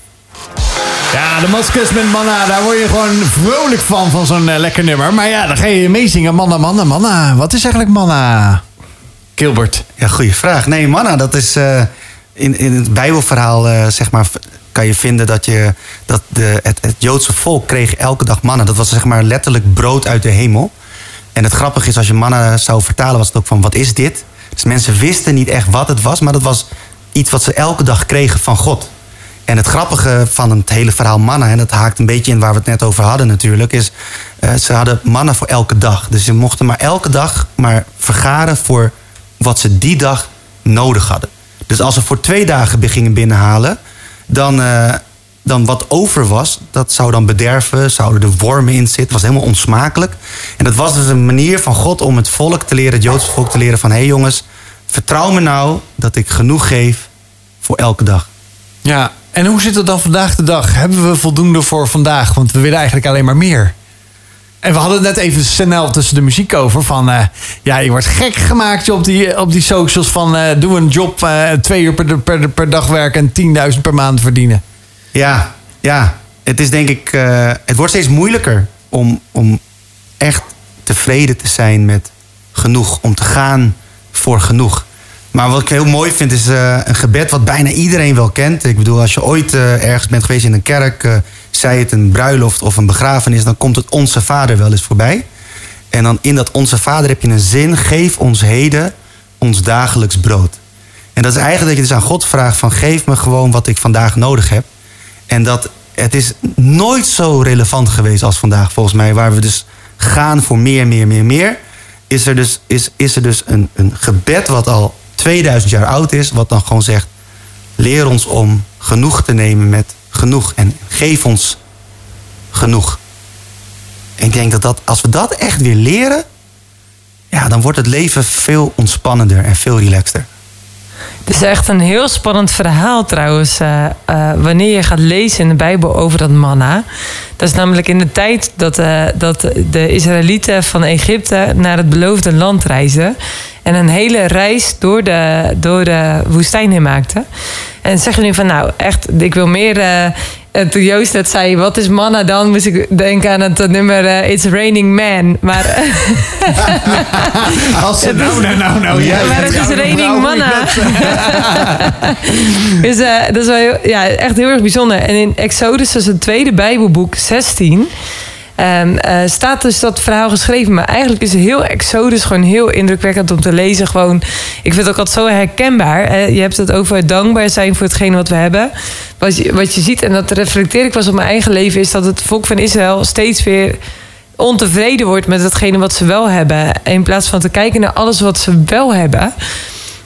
S1: Ja, de Maskers met Manna, daar word je gewoon vrolijk van, van zo'n uh, lekker nummer. Maar ja, dan ga je meezingen. Manna, Manna, Manna. Wat is eigenlijk Manna? Gilbert.
S3: Ja, goede vraag. Nee, Manna, dat is uh, in, in het Bijbelverhaal, uh, zeg maar, kan je vinden dat, je, dat de, het, het Joodse volk kreeg elke dag manna. Dat was zeg maar letterlijk brood uit de hemel. En het grappige is, als je manna zou vertalen, was het ook van, wat is dit? Dus mensen wisten niet echt wat het was, maar dat was iets wat ze elke dag kregen van God. En het grappige van het hele verhaal manna, en dat haakt een beetje in waar we het net over hadden natuurlijk, is uh, ze hadden manna voor elke dag. Dus ze mochten maar elke dag maar vergaren voor wat ze die dag nodig hadden. Dus als ze voor twee dagen gingen binnenhalen, dan, uh, dan wat over was, dat zou dan bederven, zouden er wormen in zitten. Het was helemaal onsmakelijk. En dat was dus een manier van God om het volk te leren, het Joodse volk te leren van, hé hey jongens, vertrouw me nou dat ik genoeg geef voor elke dag.
S1: Ja, en hoe zit het dan vandaag de dag? Hebben we voldoende voor vandaag? Want we willen eigenlijk alleen maar meer. En we hadden het net even snel tussen de muziek over. Van, uh, ja, je wordt gek gemaakt op die, op die socials van uh, doe een job, uh, twee uur per, per, per dag werken en tienduizend per maand verdienen.
S3: Ja, ja. Het is denk ik, uh, het wordt steeds moeilijker om, om echt tevreden te zijn met genoeg. Om te gaan voor genoeg. Maar wat ik heel mooi vind is uh, een gebed wat bijna iedereen wel kent. Ik bedoel, als je ooit uh, ergens bent geweest in een kerk, uh, zij het een bruiloft of een begrafenis, dan komt het Onze Vader wel eens voorbij. En dan in dat Onze Vader heb je een zin, geef ons heden ons dagelijks brood. En dat is eigenlijk dat je dus aan God vraagt van, geef me gewoon wat ik vandaag nodig heb. En dat het is nooit zo relevant geweest als vandaag volgens mij, waar we dus gaan voor meer, meer, meer, meer. Is er dus, is, is er dus een, een gebed wat al tweeduizend jaar oud is, wat dan gewoon zegt, leer ons om genoeg te nemen met genoeg en geef ons genoeg. En ik denk dat, dat als we dat echt weer leren, ja, dan wordt het leven veel ontspannender en veel relaxter.
S2: Het is echt een heel spannend verhaal trouwens, uh, uh, wanneer je gaat lezen in de Bijbel over dat manna. Dat is namelijk in de tijd dat, uh, dat de Israëlieten van Egypte naar het beloofde land reisden. En een hele reis door de, door de woestijn heen maakten. En zeggen nu van, nou echt, ik wil meer. Uh, toen Joost net zei, wat is manna dan? Moest ik denken aan het nummer uh, It's Raining Man. Maar,
S1: Als ze nou, nou, nou, nou. Ja,
S2: maar het is Raining Manna. Dus uh, dat is wel heel, ja, echt heel erg bijzonder. En in Exodus, dat is het tweede Bijbelboek, zestien... Um, uh, staat dus dat verhaal geschreven. Maar eigenlijk is het heel Exodus gewoon heel indrukwekkend om te lezen. Gewoon, ik vind het ook altijd zo herkenbaar. Hè? Je hebt het over dankbaar zijn voor hetgene wat we hebben. Wat je, wat je ziet, en dat reflecteer ik pas op mijn eigen leven, is dat het volk van Israël steeds weer ontevreden wordt met hetgene wat ze wel hebben. In plaats van te kijken naar alles wat ze wel hebben.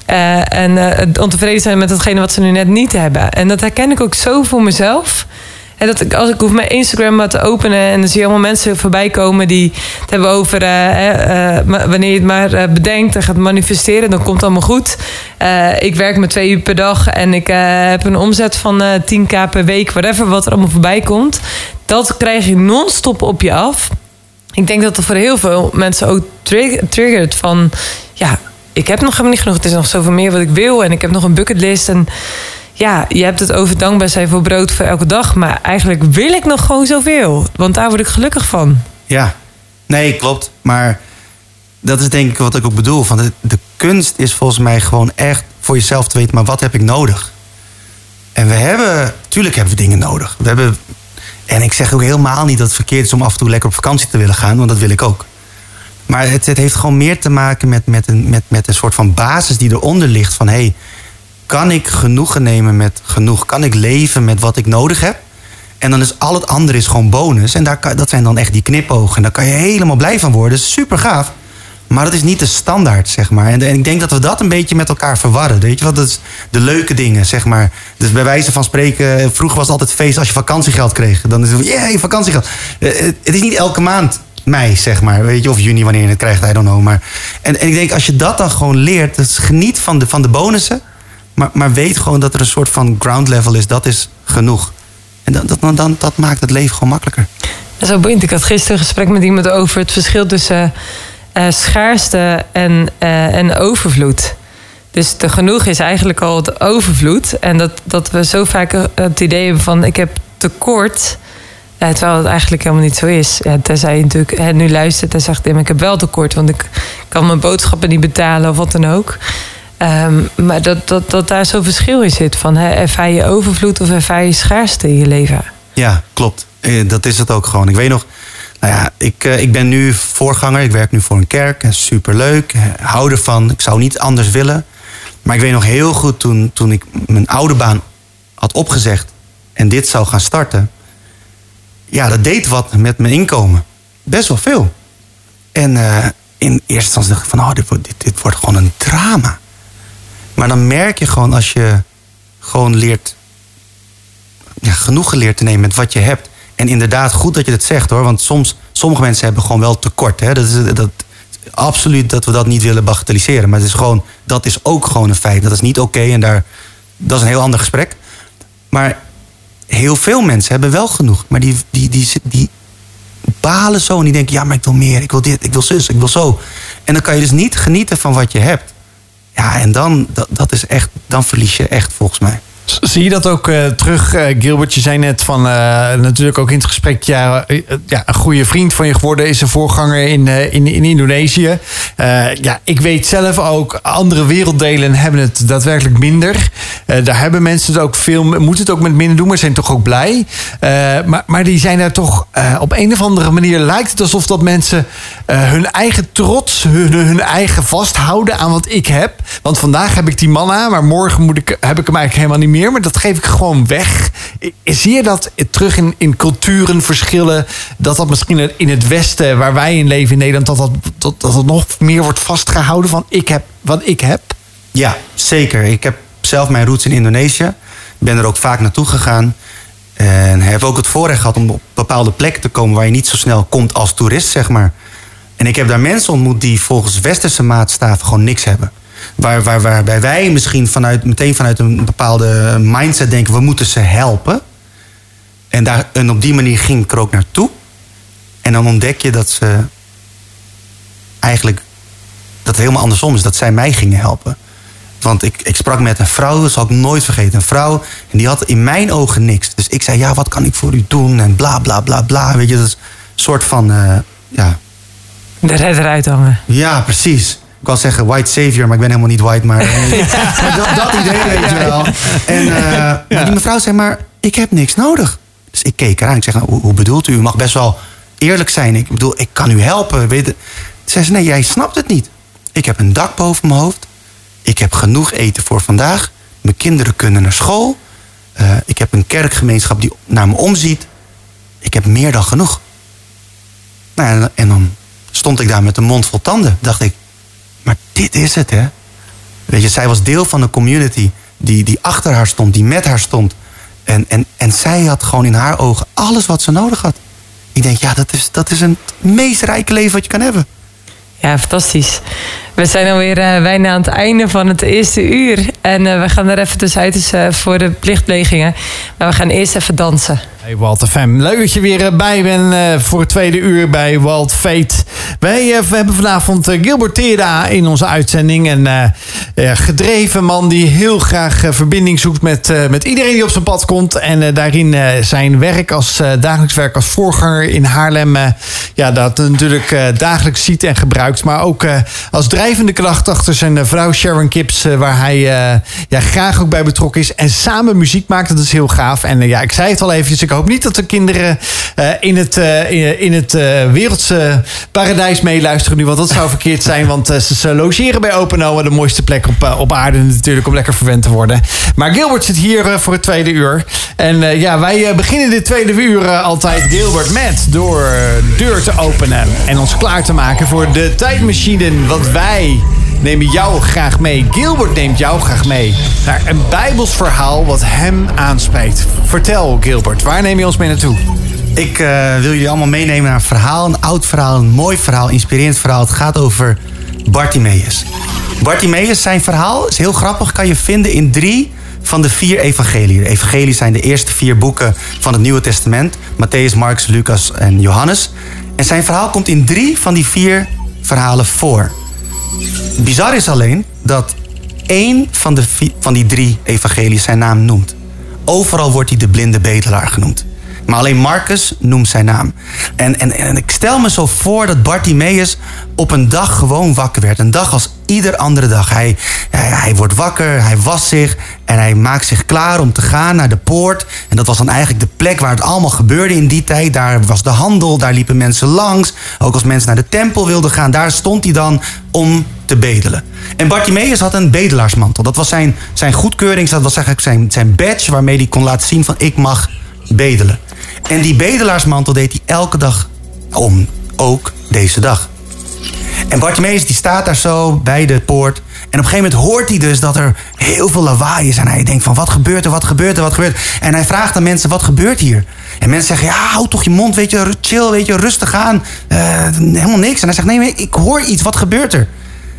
S2: Uh, en uh, ontevreden zijn met hetgene wat ze nu net niet hebben. En dat herken ik ook zo voor mezelf. En dat ik, als ik hoef mijn Instagram maar te openen en dan zie je allemaal mensen voorbij komen die het hebben over uh, uh, wanneer je het maar uh, bedenkt en gaat manifesteren, dan komt het allemaal goed. Uh, ik werk met twee uur per dag en ik uh, heb een omzet van uh, tien k per week, whatever, wat er allemaal voorbij komt. Dat krijg je non-stop op je af. Ik denk dat het voor heel veel mensen ook trig- triggert van, ja, ik heb nog helemaal niet genoeg. Het is nog zoveel meer wat ik wil en ik heb nog een bucketlist en ja, je hebt het over dankbaar zijn voor brood voor elke dag. Maar eigenlijk wil ik nog gewoon zoveel. Want daar word ik gelukkig van.
S3: Ja, nee, klopt. Maar dat is denk ik wat ik ook bedoel. Van de, de kunst is volgens mij gewoon echt voor jezelf te weten, maar wat heb ik nodig? En we hebben, tuurlijk hebben we dingen nodig. We hebben, en ik zeg ook helemaal niet dat het verkeerd is om af en toe lekker op vakantie te willen gaan. Want dat wil ik ook. Maar het, het heeft gewoon meer te maken met, met, een, met, met een soort van basis die eronder ligt. Van hé, hey, kan ik genoegen nemen met genoeg? Kan ik leven met wat ik nodig heb? En dan is al het andere is gewoon bonus. En daar kan, dat zijn dan echt die knipogen. En daar kan je helemaal blij van worden. Dat is super gaaf. Maar dat is niet de standaard, zeg maar. En, en ik denk dat we dat een beetje met elkaar verwarren. Weet je wat? Dat is de leuke dingen, zeg maar. Dus bij wijze van spreken, vroeger was het altijd feest als je vakantiegeld kreeg. Dan is het van, jee, vakantiegeld. Het is niet elke maand mei, zeg maar. Weet je, of juni, wanneer je het krijgt, I don't know. Maar, en, en ik denk, als je dat dan gewoon leert, dus geniet van de, van de bonussen. Maar, maar weet gewoon dat er een soort van ground level is. Dat is genoeg. En dat, dat, dan, dat maakt het leven gewoon makkelijker.
S2: Dat is zo boeiend. Ik had gisteren een gesprek met iemand over het verschil tussen uh, schaarste en, uh, en overvloed. Dus de genoeg is eigenlijk al het overvloed. En dat, dat we zo vaak het idee hebben van ik heb tekort. Uh, terwijl het eigenlijk helemaal niet zo is. Ja, tenzij je natuurlijk uh, nu luistert en zegt ik heb wel tekort. Want ik kan mijn boodschappen niet betalen of wat dan ook. Um, maar dat, dat, dat daar zo'n verschil in zit. Van, hè, ervaar je overvloed of ervaar je schaarste in je leven?
S3: Ja, klopt. Eh, dat is het ook gewoon. Ik weet nog, nou ja, ik, uh, ik ben nu voorganger. Ik werk nu voor een kerk. Superleuk. Hou ervan. Ik zou niet anders willen. Maar ik weet nog heel goed toen, toen ik mijn oude baan had opgezegd en dit zou gaan starten. Ja, dat deed wat met mijn inkomen. Best wel veel. En uh, in eerste instantie dacht ik van, oh, dit, dit, dit wordt gewoon een drama. Maar dan merk je gewoon als je gewoon leert, ja, genoegen leert te nemen met wat je hebt. En inderdaad, goed dat je dat zegt hoor. Want soms, sommige mensen hebben gewoon wel tekort. Hè? Dat is dat, absoluut dat we dat niet willen bagatelliseren. Maar het is gewoon, dat is ook gewoon een feit. Dat is niet oké okay en daar, dat is een heel ander gesprek. Maar heel veel mensen hebben wel genoeg. Maar die, die, die, die, die balen zo en die denken, ja, maar ik wil meer. Ik wil dit, ik wil zus, ik wil zo. En dan kan je dus niet genieten van wat je hebt. Ja, en dan, dat, dat is echt, dan verlies je echt volgens mij.
S1: Zie je dat ook uh, terug, uh, Gilbert? Je zei net van, uh, natuurlijk ook in het gesprek, ja, uh, ja, een goede vriend van je geworden is een voorganger in, uh, in, in Indonesië. Uh, ja, ik weet zelf ook, andere werelddelen hebben het daadwerkelijk minder. Uh, daar hebben mensen het ook veel, moeten het ook met minder doen, maar zijn toch ook blij. Uh, maar, maar die zijn daar toch, uh, op een of andere manier lijkt het alsof dat mensen uh, hun eigen trots, hun, hun eigen vasthouden aan wat ik heb. Want vandaag heb ik die man aan, maar morgen moet ik, heb ik hem eigenlijk helemaal niet meer. Maar dat geef ik gewoon weg. Zie je dat terug in, in culturen, verschillen? Dat dat misschien in het Westen, waar wij in leven in Nederland, dat dat, dat, dat het nog meer wordt vastgehouden van ik heb wat ik heb?
S3: Ja, zeker. Ik heb zelf mijn roots in Indonesië. Ben er ook vaak naartoe gegaan. En heb ook het voorrecht gehad om op bepaalde plekken te komen waar je niet zo snel komt als toerist, zeg maar. En ik heb daar mensen ontmoet die volgens westerse maatstaven gewoon niks hebben. Waar, waar, waarbij wij misschien vanuit, meteen vanuit een bepaalde mindset denken, we moeten ze helpen. En, daar, en op die manier ging ik er ook naartoe. En dan ontdek je dat ze eigenlijk, dat het helemaal andersom is. Dat zij mij gingen helpen. Want ik, ik sprak met een vrouw, dat zal ik nooit vergeten. Een vrouw, en die had in mijn ogen niks. Dus ik zei, ja, wat kan ik voor u doen? En bla, bla, bla, bla. Weet je, dat is een soort van, uh, ja.
S2: De redder uithangen.
S3: Ja, precies. Ik wou zeggen white savior, maar ik ben helemaal niet white. Maar, maar dat, dat idee, weet je wel. En uh, ja. Maar die mevrouw zei, maar ik heb niks nodig. Dus ik keek eraan. Ik zeg, nou, hoe, hoe bedoelt u? U mag best wel eerlijk zijn. Ik bedoel, ik kan u helpen. Weet je. Toen zei ze, nee, jij snapt het niet. Ik heb een dak boven mijn hoofd. Ik heb genoeg eten voor vandaag. Mijn kinderen kunnen naar school. Uh, ik heb een kerkgemeenschap die naar me omziet. Ik heb meer dan genoeg. Nou, en, en dan stond ik daar met een mond vol tanden. Dacht ik, maar dit is het, hè. Weet je, zij was deel van een community die, die achter haar stond, die met haar stond. En, en, en zij had gewoon in haar ogen alles wat ze nodig had. Ik denk, ja, dat is, dat is een meest rijke leven wat je kan hebben.
S2: Ja, fantastisch. We zijn alweer uh, bijna aan het einde van het eerste uur. En uh, we gaan er even tussenuit dus, uh, voor de plichtplegingen. Maar we gaan eerst even dansen.
S1: Hey Wild F M, leuk dat je weer bij bent uh, voor het tweede uur bij Wild Fate. Wij uh, we hebben vanavond uh, Gilbert Tejada in onze uitzending. Een uh, uh, gedreven man die heel graag uh, verbinding zoekt met, uh, met iedereen die op zijn pad komt. En uh, daarin uh, zijn werk als uh, dagelijks werk als voorganger in Haarlem. Uh, ja, dat natuurlijk uh, dagelijks ziet en gebruikt. Maar ook uh, als drijvende kracht achter zijn uh, vrouw Sharon Kips. Uh, waar hij uh, ja, graag ook bij betrokken is. En samen muziek maakt. Dat is heel gaaf. En uh, ja, ik zei het al eventjes. Ik hoop niet dat de kinderen uh, in het, uh, in het uh, wereldse paradijs meeluisteren nu. Want dat zou verkeerd zijn. Want uh, ze, ze logeren bij Open Oma, de mooiste plek op, uh, op aarde natuurlijk. Om lekker verwend te worden. Maar Gilbert zit hier uh, voor het tweede uur. En uh, ja, wij uh, beginnen dit tweede uur uh, altijd, Gilbert, met door uh, deur te openen. En ons klaar te maken voor de tijdmachine. Want wij nemen jou graag mee. Gilbert neemt jou graag mee naar een Bijbels verhaal wat hem aanspreekt. Vertel, Gilbert, waar neem je ons mee naartoe?
S3: Ik uh, wil jullie allemaal meenemen naar een verhaal. Een oud verhaal, een mooi verhaal, inspirerend verhaal. Het gaat over Bartimaeus. Bartimaeus, zijn verhaal is heel grappig. Kan je vinden in drie van de vier evangeliën. De evangeliën zijn de eerste vier boeken van het Nieuwe Testament. Mattheüs, Marcus, Lucas en Johannes. En zijn verhaal komt in drie van die vier verhalen voor. Bizar is alleen dat één van, de, van die drie evangeliën zijn naam noemt. Overal wordt hij de blinde bedelaar genoemd. Maar alleen Marcus noemt zijn naam. En, en, en ik stel me zo voor dat Bartimaeus op een dag gewoon wakker werd. Een dag als ieder andere dag. Hij, hij, hij wordt wakker, hij wast zich en hij maakt zich klaar om te gaan naar de poort. En dat was dan eigenlijk de plek waar het allemaal gebeurde in die tijd. Daar was de handel, daar liepen mensen langs. Ook als mensen naar de tempel wilden gaan, daar stond hij dan om te bedelen. En Bartimaeus had een bedelaarsmantel. Dat was zijn, zijn goedkeuring, dat was eigenlijk zijn, zijn badge waarmee hij kon laten zien van ik mag bedelen. En die bedelaarsmantel deed hij elke dag om, ook deze dag. En Bartimaeus die staat daar zo bij de poort. En op een gegeven moment hoort hij dus dat er heel veel lawaai is. En hij denkt van wat gebeurt er, wat gebeurt er, wat gebeurt er. En hij vraagt aan mensen wat gebeurt hier. En mensen zeggen ja, hou toch je mond, weet je, chill, weet je, rustig aan. Uh, helemaal niks. En hij zegt nee, ik hoor iets, wat gebeurt er?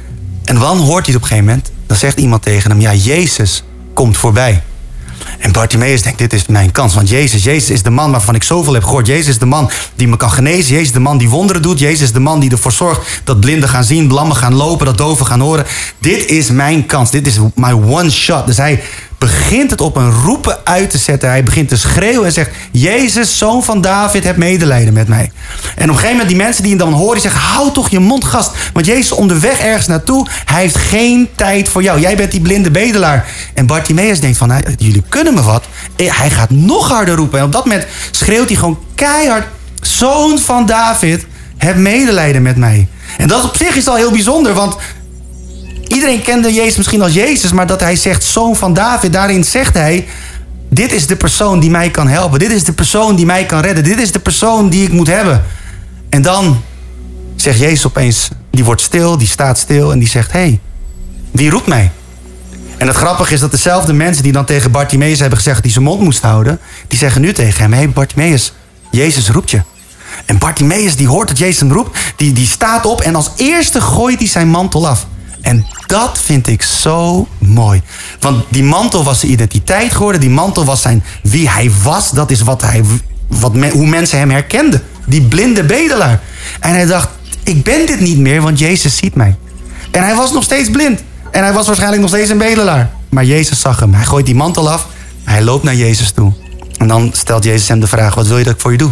S3: En dan hoort hij het op een gegeven moment. Dan zegt iemand tegen hem ja, Jezus komt voorbij. En Bartimaeus denkt, dit is mijn kans. Want Jezus, Jezus is de man waarvan ik zoveel heb gehoord. Jezus is de man die me kan genezen. Jezus is de man die wonderen doet. Jezus is de man die ervoor zorgt dat blinden gaan zien, lammen gaan lopen, dat doven gaan horen. Dit is mijn kans. Dit is my one shot. Dus hij begint het op een roepen uit te zetten. Hij begint te schreeuwen en zegt, Jezus, zoon van David, heb medelijden met mij. En op een gegeven moment die mensen die hem dan horen, die zeggen, hou toch je mond, gast. Want Jezus is onderweg ergens naartoe. Hij heeft geen tijd voor jou. Jij bent die blinde bedelaar. En Bartimaeus denkt van, jullie kunnen me wat. Hij gaat nog harder roepen. En op dat moment schreeuwt hij gewoon keihard, zoon van David, heb medelijden met mij. En dat op zich is al heel bijzonder, want iedereen kende Jezus misschien als Jezus, maar dat hij zegt zoon van David, daarin zegt hij, dit is de persoon die mij kan helpen. Dit is de persoon die mij kan redden. Dit is de persoon die ik moet hebben. En dan zegt Jezus opeens, die wordt stil, die staat stil en die zegt, hé, hey, wie roept mij? En het grappige is dat dezelfde mensen die dan tegen Bartimaeus hebben gezegd dat hij zijn mond moest houden, die zeggen nu tegen hem, hé hey Bartimaeus, Jezus roept je. En Bartimaeus die hoort dat Jezus hem roept, die, die staat op en als eerste gooit hij zijn mantel af. En dat vind ik zo mooi. Want die mantel was zijn identiteit geworden. Die mantel was zijn wie hij was. Dat is wat hij, wat me, hoe mensen hem herkenden. Die blinde bedelaar. En hij dacht, ik ben dit niet meer, want Jezus ziet mij. En hij was nog steeds blind. En hij was waarschijnlijk nog steeds een bedelaar. Maar Jezus zag hem. Hij gooit die mantel af. Hij loopt naar Jezus toe. En dan stelt Jezus hem de vraag, wat wil je dat ik voor je doe?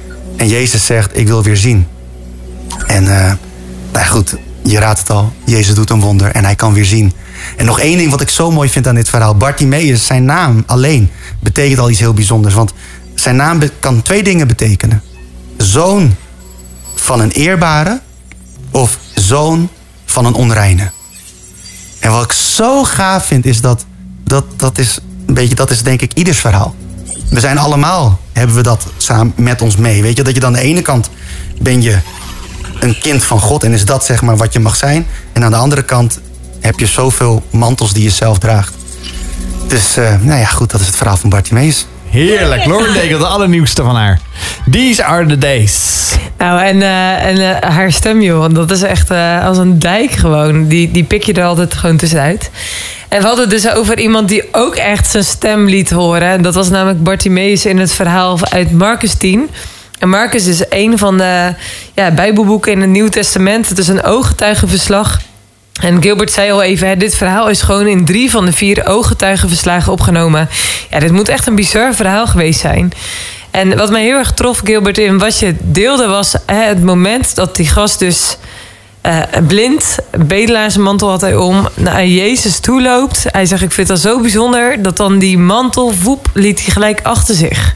S3: En Jezus zegt, ik wil weer zien. En uh, nou goed, je raadt het al. Jezus doet een wonder en hij kan weer zien. En nog één ding wat ik zo mooi vind aan dit verhaal. Bartimaeus, zijn naam alleen, betekent al iets heel bijzonders. Want zijn naam kan twee dingen betekenen. Zoon van een eerbare of zoon van een onreine. En wat ik zo gaaf vind is dat, dat, dat is een beetje, dat is denk ik ieders verhaal. We zijn allemaal, hebben we dat samen met ons mee. Weet je, dat je dan aan de ene kant ben je een kind van God en is dat zeg maar wat je mag zijn. En aan de andere kant heb je zoveel mantels die je zelf draagt. Dus, uh, nou ja, goed, dat is het verhaal van Bartimeus.
S1: Heerlijk. Lauren Daigle, de allernieuwste van haar. These are the days.
S2: Nou, en, uh, en uh, haar stem, joh, want dat is echt uh, als een dijk gewoon. Die, die pik je er altijd gewoon tussenuit. En we hadden het dus over iemand die ook echt zijn stem liet horen. En dat was namelijk Bartimeus in het verhaal uit Marcus tien. En Marcus is een van de ja, bijbelboeken in het Nieuw Testament. Het is een ooggetuigenverslag. En Gilbert zei al even, hè, dit verhaal is gewoon in drie van de vier ooggetuigenverslagen opgenomen. Ja, dit moet echt een bizar verhaal geweest zijn. En wat mij heel erg trof, Gilbert, in wat je deelde was hè, het moment dat die gast dus uh, blind, bedelaarsmantel had hij om, naar Jezus toe loopt. Hij zegt, ik vind dat zo bijzonder, dat dan die mantel, woep, liet hij gelijk achter zich.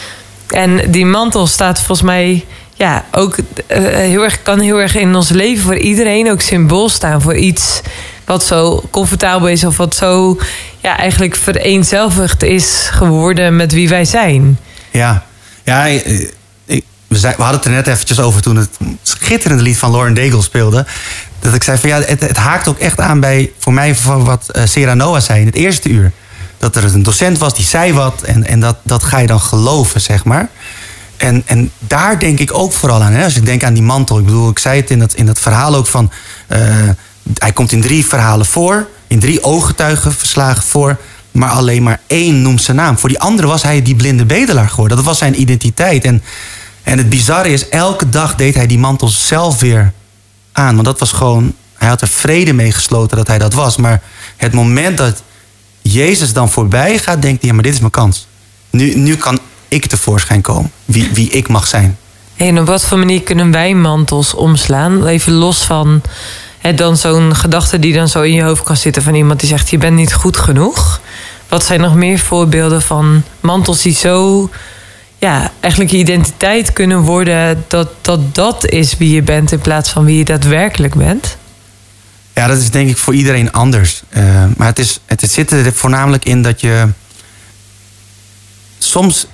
S2: En die mantel staat volgens mij ja, ook uh, heel erg, kan heel erg in ons leven voor iedereen ook symbool staan voor iets wat zo comfortabel is of wat zo ja, eigenlijk vereenzelvigd is geworden met wie wij zijn.
S3: Ja, ja ik, ik, we, zei, we hadden het er net eventjes over toen het schitterende lied van Lauren Daigle speelde. Dat ik zei van ja, het, het haakt ook echt aan bij voor mij van wat uh, Sarah Noah zei in het eerste uur. Dat er een docent was die zei wat en, en dat, dat ga je dan geloven, zeg maar. En, en daar denk ik ook vooral aan. Hè? Als ik denk aan die mantel. Ik bedoel, ik zei het in dat, in dat verhaal ook van Uh, hij komt in drie verhalen voor. In drie ooggetuigenverslagen voor. Maar alleen maar één noemt zijn naam. Voor die andere was hij die blinde bedelaar geworden. Dat was zijn identiteit. En, en het bizarre is, elke dag deed hij die mantel zelf weer aan. Want dat was gewoon, hij had er vrede mee gesloten dat hij dat was. Maar het moment dat Jezus dan voorbij gaat, denkt hij, ja, maar dit is mijn kans. Nu, nu kan ik tevoorschijn komen. Wie, wie ik mag zijn.
S2: En op wat voor manier kunnen wij mantels omslaan? Even los van hè, dan zo'n gedachte die dan zo in je hoofd kan zitten van iemand die zegt, je bent niet goed genoeg. Wat zijn nog meer voorbeelden van mantels die zo ja, eigenlijk je identiteit kunnen worden, dat, dat dat is wie je bent in plaats van wie je daadwerkelijk bent?
S3: Ja, dat is denk ik voor iedereen anders. Uh, maar het, is, het zit er voornamelijk in dat je soms,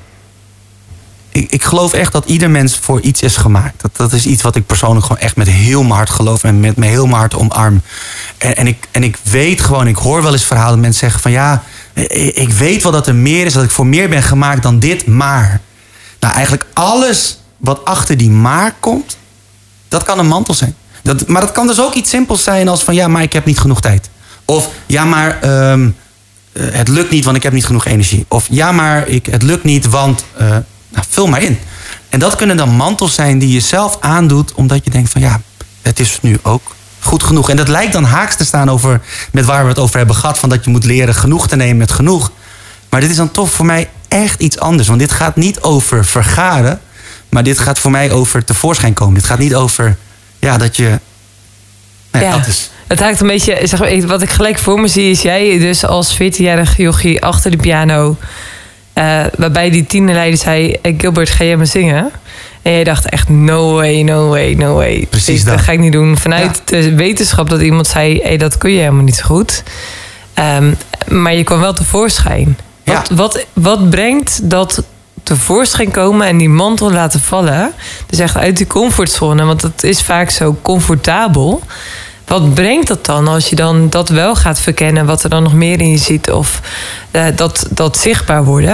S3: Ik, ik geloof echt dat ieder mens voor iets is gemaakt. Dat, dat is iets wat ik persoonlijk gewoon echt met heel mijn hart geloof en met me heel mijn hart omarm. En, en, ik, en ik weet gewoon, ik hoor wel eens verhalen dat mensen zeggen van ja, ik weet wel dat er meer is, dat ik voor meer ben gemaakt dan dit, maar. Nou, eigenlijk alles wat achter die maar komt, dat kan een mantel zijn. Dat, maar dat kan dus ook iets simpels zijn als van ja, maar ik heb niet genoeg tijd. Of ja, maar um, het lukt niet, want ik heb niet genoeg energie. Of ja, maar ik, het lukt niet, want Uh, nou, vul maar in. En dat kunnen dan mantels zijn die je zelf aandoet, omdat je denkt van ja, het is nu ook goed genoeg. En dat lijkt dan haaks te staan over met waar we het over hebben gehad, van dat je moet leren genoeg te nemen met genoeg. Maar dit is dan toch voor mij echt iets anders. Want dit gaat niet over vergaren, maar dit gaat voor mij over tevoorschijn komen. Dit gaat niet over ja, dat je nee,
S2: ja.
S3: dat is.
S2: Het haakt een beetje, zeg maar, wat ik gelijk voor me zie is jij dus als veertienjarig jochie achter de piano, Uh, waarbij die tienerleider zei, hey Gilbert, ga jij maar zingen? En jij dacht echt, no way, no way, no way.
S3: Precies dat.
S2: Dat ga ik niet doen. Vanuit ja. de wetenschap dat iemand zei, hey, dat kun je helemaal niet zo goed. Um, maar je kwam wel tevoorschijn. Ja. Wat, wat, wat brengt dat tevoorschijn komen en die mantel laten vallen? Dus echt uit die comfortzone, want het is vaak zo comfortabel. Wat brengt dat dan als je dan dat wel gaat verkennen, wat er dan nog meer in je ziet of uh, dat, dat zichtbaar worden?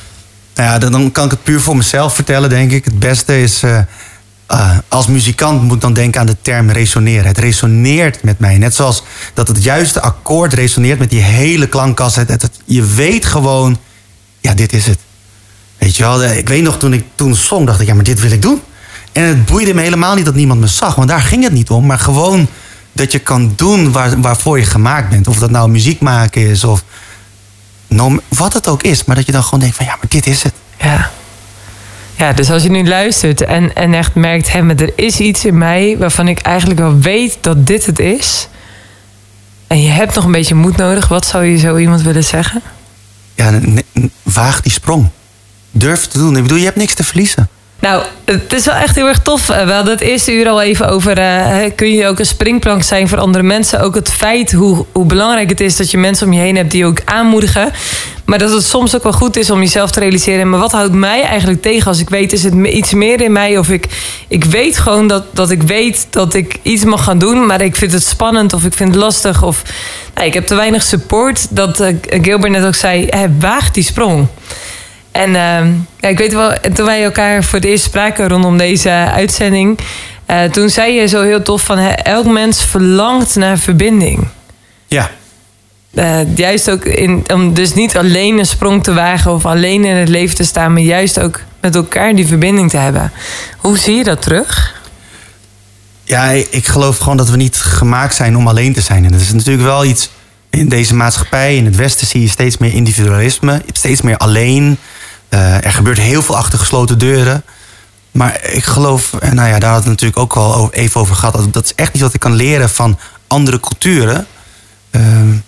S3: Nou ja, dan kan ik het puur voor mezelf vertellen, denk ik. Het beste is, uh, uh, als muzikant moet ik dan denken aan de term resoneren. Het resoneert met mij. Net zoals dat het juiste akkoord resoneert met die hele klankkast. Het, het, het, je weet gewoon, ja, dit is het. Weet je wel, ik weet nog toen ik toen zong, dacht ik, ja, maar dit wil ik doen. En het boeide me helemaal niet dat niemand me zag, want daar ging het niet om. Maar gewoon dat je kan doen waar, waarvoor je gemaakt bent. Of dat nou muziek maken is of nou, wat het ook is. Maar dat je dan gewoon denkt van ja, maar dit is het.
S2: Ja, ja, dus als je nu luistert en, en echt merkt, hé, maar er is iets in mij waarvan ik eigenlijk wel weet dat dit het is. En je hebt nog een beetje moed nodig. Wat zou je zo iemand willen zeggen?
S3: Ja, waag die sprong. Durf te doen. Ik bedoel, je hebt niks te verliezen.
S2: Nou, het is wel echt heel erg tof. We hadden het eerste uur al even over... Uh, kun je ook een springplank zijn voor andere mensen. Ook het feit hoe, hoe belangrijk het is dat je mensen om je heen hebt die ook aanmoedigen. Maar dat het soms ook wel goed is om jezelf te realiseren. Maar wat houdt mij eigenlijk tegen als ik weet... is het iets meer in mij of ik, ik weet gewoon dat, dat ik weet dat ik iets mag gaan doen... maar ik vind het spannend of ik vind het lastig. Of nou, ik heb te weinig support. Dat uh, Gilbert net ook zei, hey, waag die sprong. En uh, ja, ik weet wel, toen wij elkaar voor het eerst spraken rondom deze uitzending... Uh, toen zei je zo heel tof van... Hè, elk mens verlangt naar verbinding.
S3: Ja.
S2: Uh, juist ook in, om dus niet alleen een sprong te wagen... of alleen in het leven te staan... maar juist ook met elkaar die verbinding te hebben. Hoe zie je dat terug?
S3: Ja, ik geloof gewoon dat we niet gemaakt zijn om alleen te zijn. En dat is natuurlijk wel iets... in deze maatschappij, in het Westen zie je steeds meer individualisme. Je hebt steeds meer alleen... Uh, er gebeurt heel veel achter gesloten deuren. Maar ik geloof, en nou ja, daar hadden we het natuurlijk ook al even over gehad... dat, dat is echt iets wat ik kan leren van andere culturen. Uh,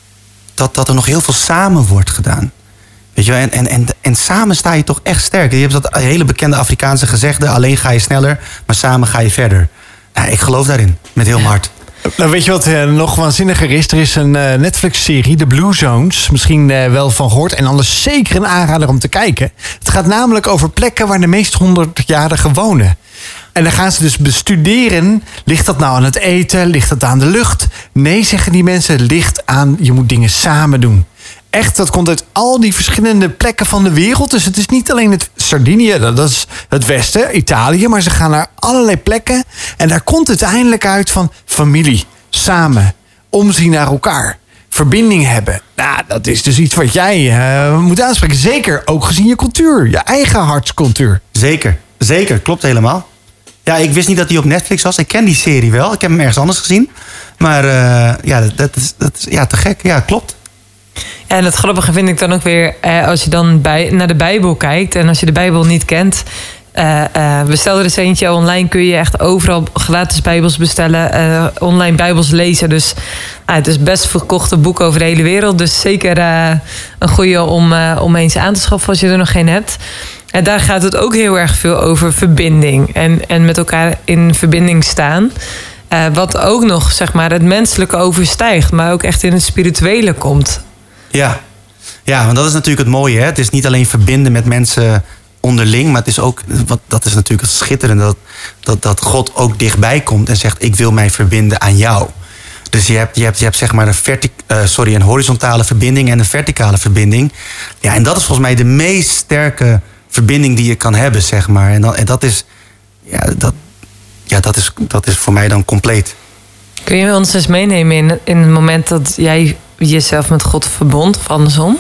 S3: dat, dat er nog heel veel samen wordt gedaan. Weet je wel? En, en, en, en samen sta je toch echt sterk. Je hebt dat hele bekende Afrikaanse gezegde... alleen ga je sneller, maar samen ga je verder. Nou, ik geloof daarin, met heel mijn hart.
S1: Nou, weet je wat uh, nog waanzinniger is? Er is een uh, Netflix-serie, The Blue Zones. Misschien uh, wel van gehoord. En anders zeker een aanrader om te kijken. Het gaat namelijk over plekken waar de meest honderdjarigen wonen. En dan gaan ze dus bestuderen. Ligt dat nou aan het eten? Ligt dat aan de lucht? Nee, zeggen die mensen, het ligt aan... je moet dingen samen doen. Echt, dat komt uit al die verschillende plekken van de wereld. Dus het is niet alleen het Sardinië, dat is het Westen, Italië. Maar ze gaan naar allerlei plekken. En daar komt uiteindelijk uit van familie, samen, omzien naar elkaar. Verbinding hebben. Nou, dat is dus iets wat jij uh, moet aanspreken. Zeker ook gezien je cultuur, je eigen hartscultuur.
S3: Zeker, zeker, klopt helemaal. Ja, ik wist niet dat hij op Netflix was. Ik ken die serie wel, ik heb hem ergens anders gezien. Maar uh, ja, dat, dat, is, dat is ja, te gek. Ja, klopt.
S2: Ja, en het grappige vind ik dan ook weer... Eh, als je dan bij, naar de Bijbel kijkt... en als je de Bijbel niet kent... Uh, uh, bestel er eens eentje online. Kun je echt overal gratis Bijbels bestellen. Uh, online Bijbels lezen. Dus uh, het is best verkochte boek over de hele wereld. Dus zeker uh, een goede om, uh, om eens aan te schaffen als je er nog geen hebt. En daar gaat het ook heel erg veel over verbinding. En, en met elkaar in verbinding staan. Uh, wat ook nog zeg maar, het menselijke overstijgt. Maar ook echt in het spirituele komt.
S3: Ja, ja, want dat is natuurlijk het mooie. Hè? Het is niet alleen verbinden met mensen onderling, maar het is ook, wat, dat is natuurlijk het schitterende, dat, dat, dat God ook dichtbij komt en zegt, ik wil mij verbinden aan jou. Dus je hebt, je hebt, je hebt zeg maar een, vertic, uh, sorry, een horizontale verbinding en een verticale verbinding. Ja, en dat is volgens mij de meest sterke verbinding die je kan hebben, zeg maar. En dat, en dat is, ja, dat, ja dat, is, dat is voor mij dan compleet.
S2: Kun je ons eens meenemen in, in het moment dat jij jezelf met God verbond, of andersom?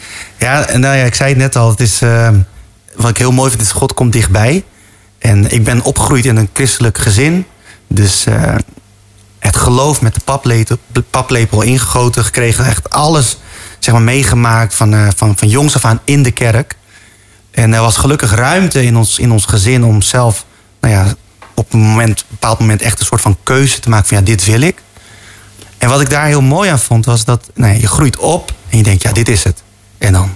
S3: Ja, nou ja, ik zei het net al. Het is, uh, wat ik heel mooi vind, is God komt dichtbij. En ik ben opgegroeid in een christelijk gezin. Dus uh, het geloof met de paplepel, paplepel ingegoten gekregen. Echt alles zeg maar, meegemaakt van, uh, van, van jongs af aan in de kerk. En er was gelukkig ruimte in ons, in ons gezin om zelf... Nou ja, op een, moment, een bepaald moment echt een soort van keuze te maken van ja, dit wil ik. En wat ik daar heel mooi aan vond was dat nou ja, je groeit op en je denkt ja, dit is het. En dan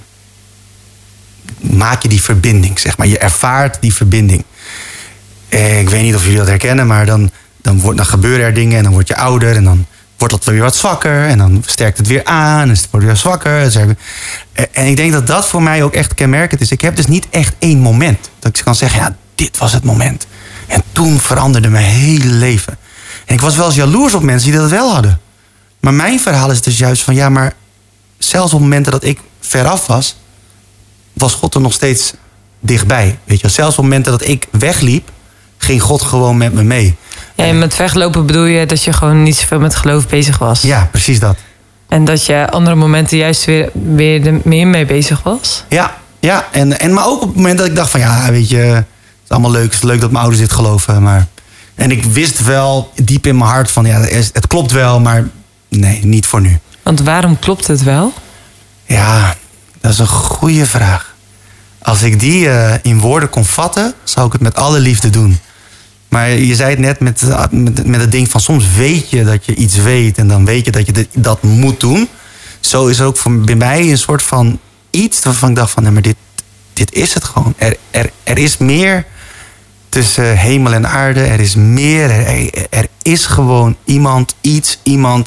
S3: maak je die verbinding, zeg maar. Je ervaart die verbinding. En ik weet niet of jullie dat herkennen, maar dan, dan, wordt, dan gebeuren er dingen en dan word je ouder en dan wordt dat weer wat zwakker en dan sterkt het weer aan en het wordt weer zwakker. En ik denk dat dat voor mij ook echt kenmerkend is. Ik heb dus niet echt één moment dat ik kan zeggen ja, dit was het moment. En toen veranderde mijn hele leven. En ik was wel eens jaloers op mensen die dat wel hadden. Maar mijn verhaal is dus juist van ja, maar zelfs op momenten dat ik veraf was, was God er nog steeds dichtbij. Weet je, zelfs op momenten dat ik wegliep, ging God gewoon met me mee.
S2: Ja, en met weglopen bedoel je dat je gewoon niet zoveel met geloof bezig was?
S3: Ja, precies dat.
S2: En dat je andere momenten juist weer, weer er meer mee bezig was?
S3: Ja, ja. En, en maar ook op het moment dat ik dacht van ja, weet je, het is allemaal leuk. Het is leuk dat mijn ouders dit geloven. Maar... En ik wist wel diep in mijn hart van ja, het klopt wel, maar nee, niet voor nu.
S2: Want waarom klopt het wel?
S3: Ja, dat is een goede vraag. Als ik die uh, in woorden kon vatten, zou ik het met alle liefde doen. Maar je zei het net met, met, met het ding van soms weet je dat je iets weet en dan weet je dat je dit, dat moet doen. Zo is er ook voor, bij mij een soort van iets waarvan ik dacht van nee, maar dit, dit is het gewoon. Er, er, er is meer tussen hemel en aarde. Er is meer. Er, er is gewoon iemand, iets, iemand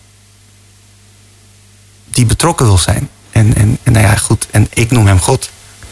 S3: die betrokken wil zijn. En, en, en nou ja, goed. En ik noem hem God.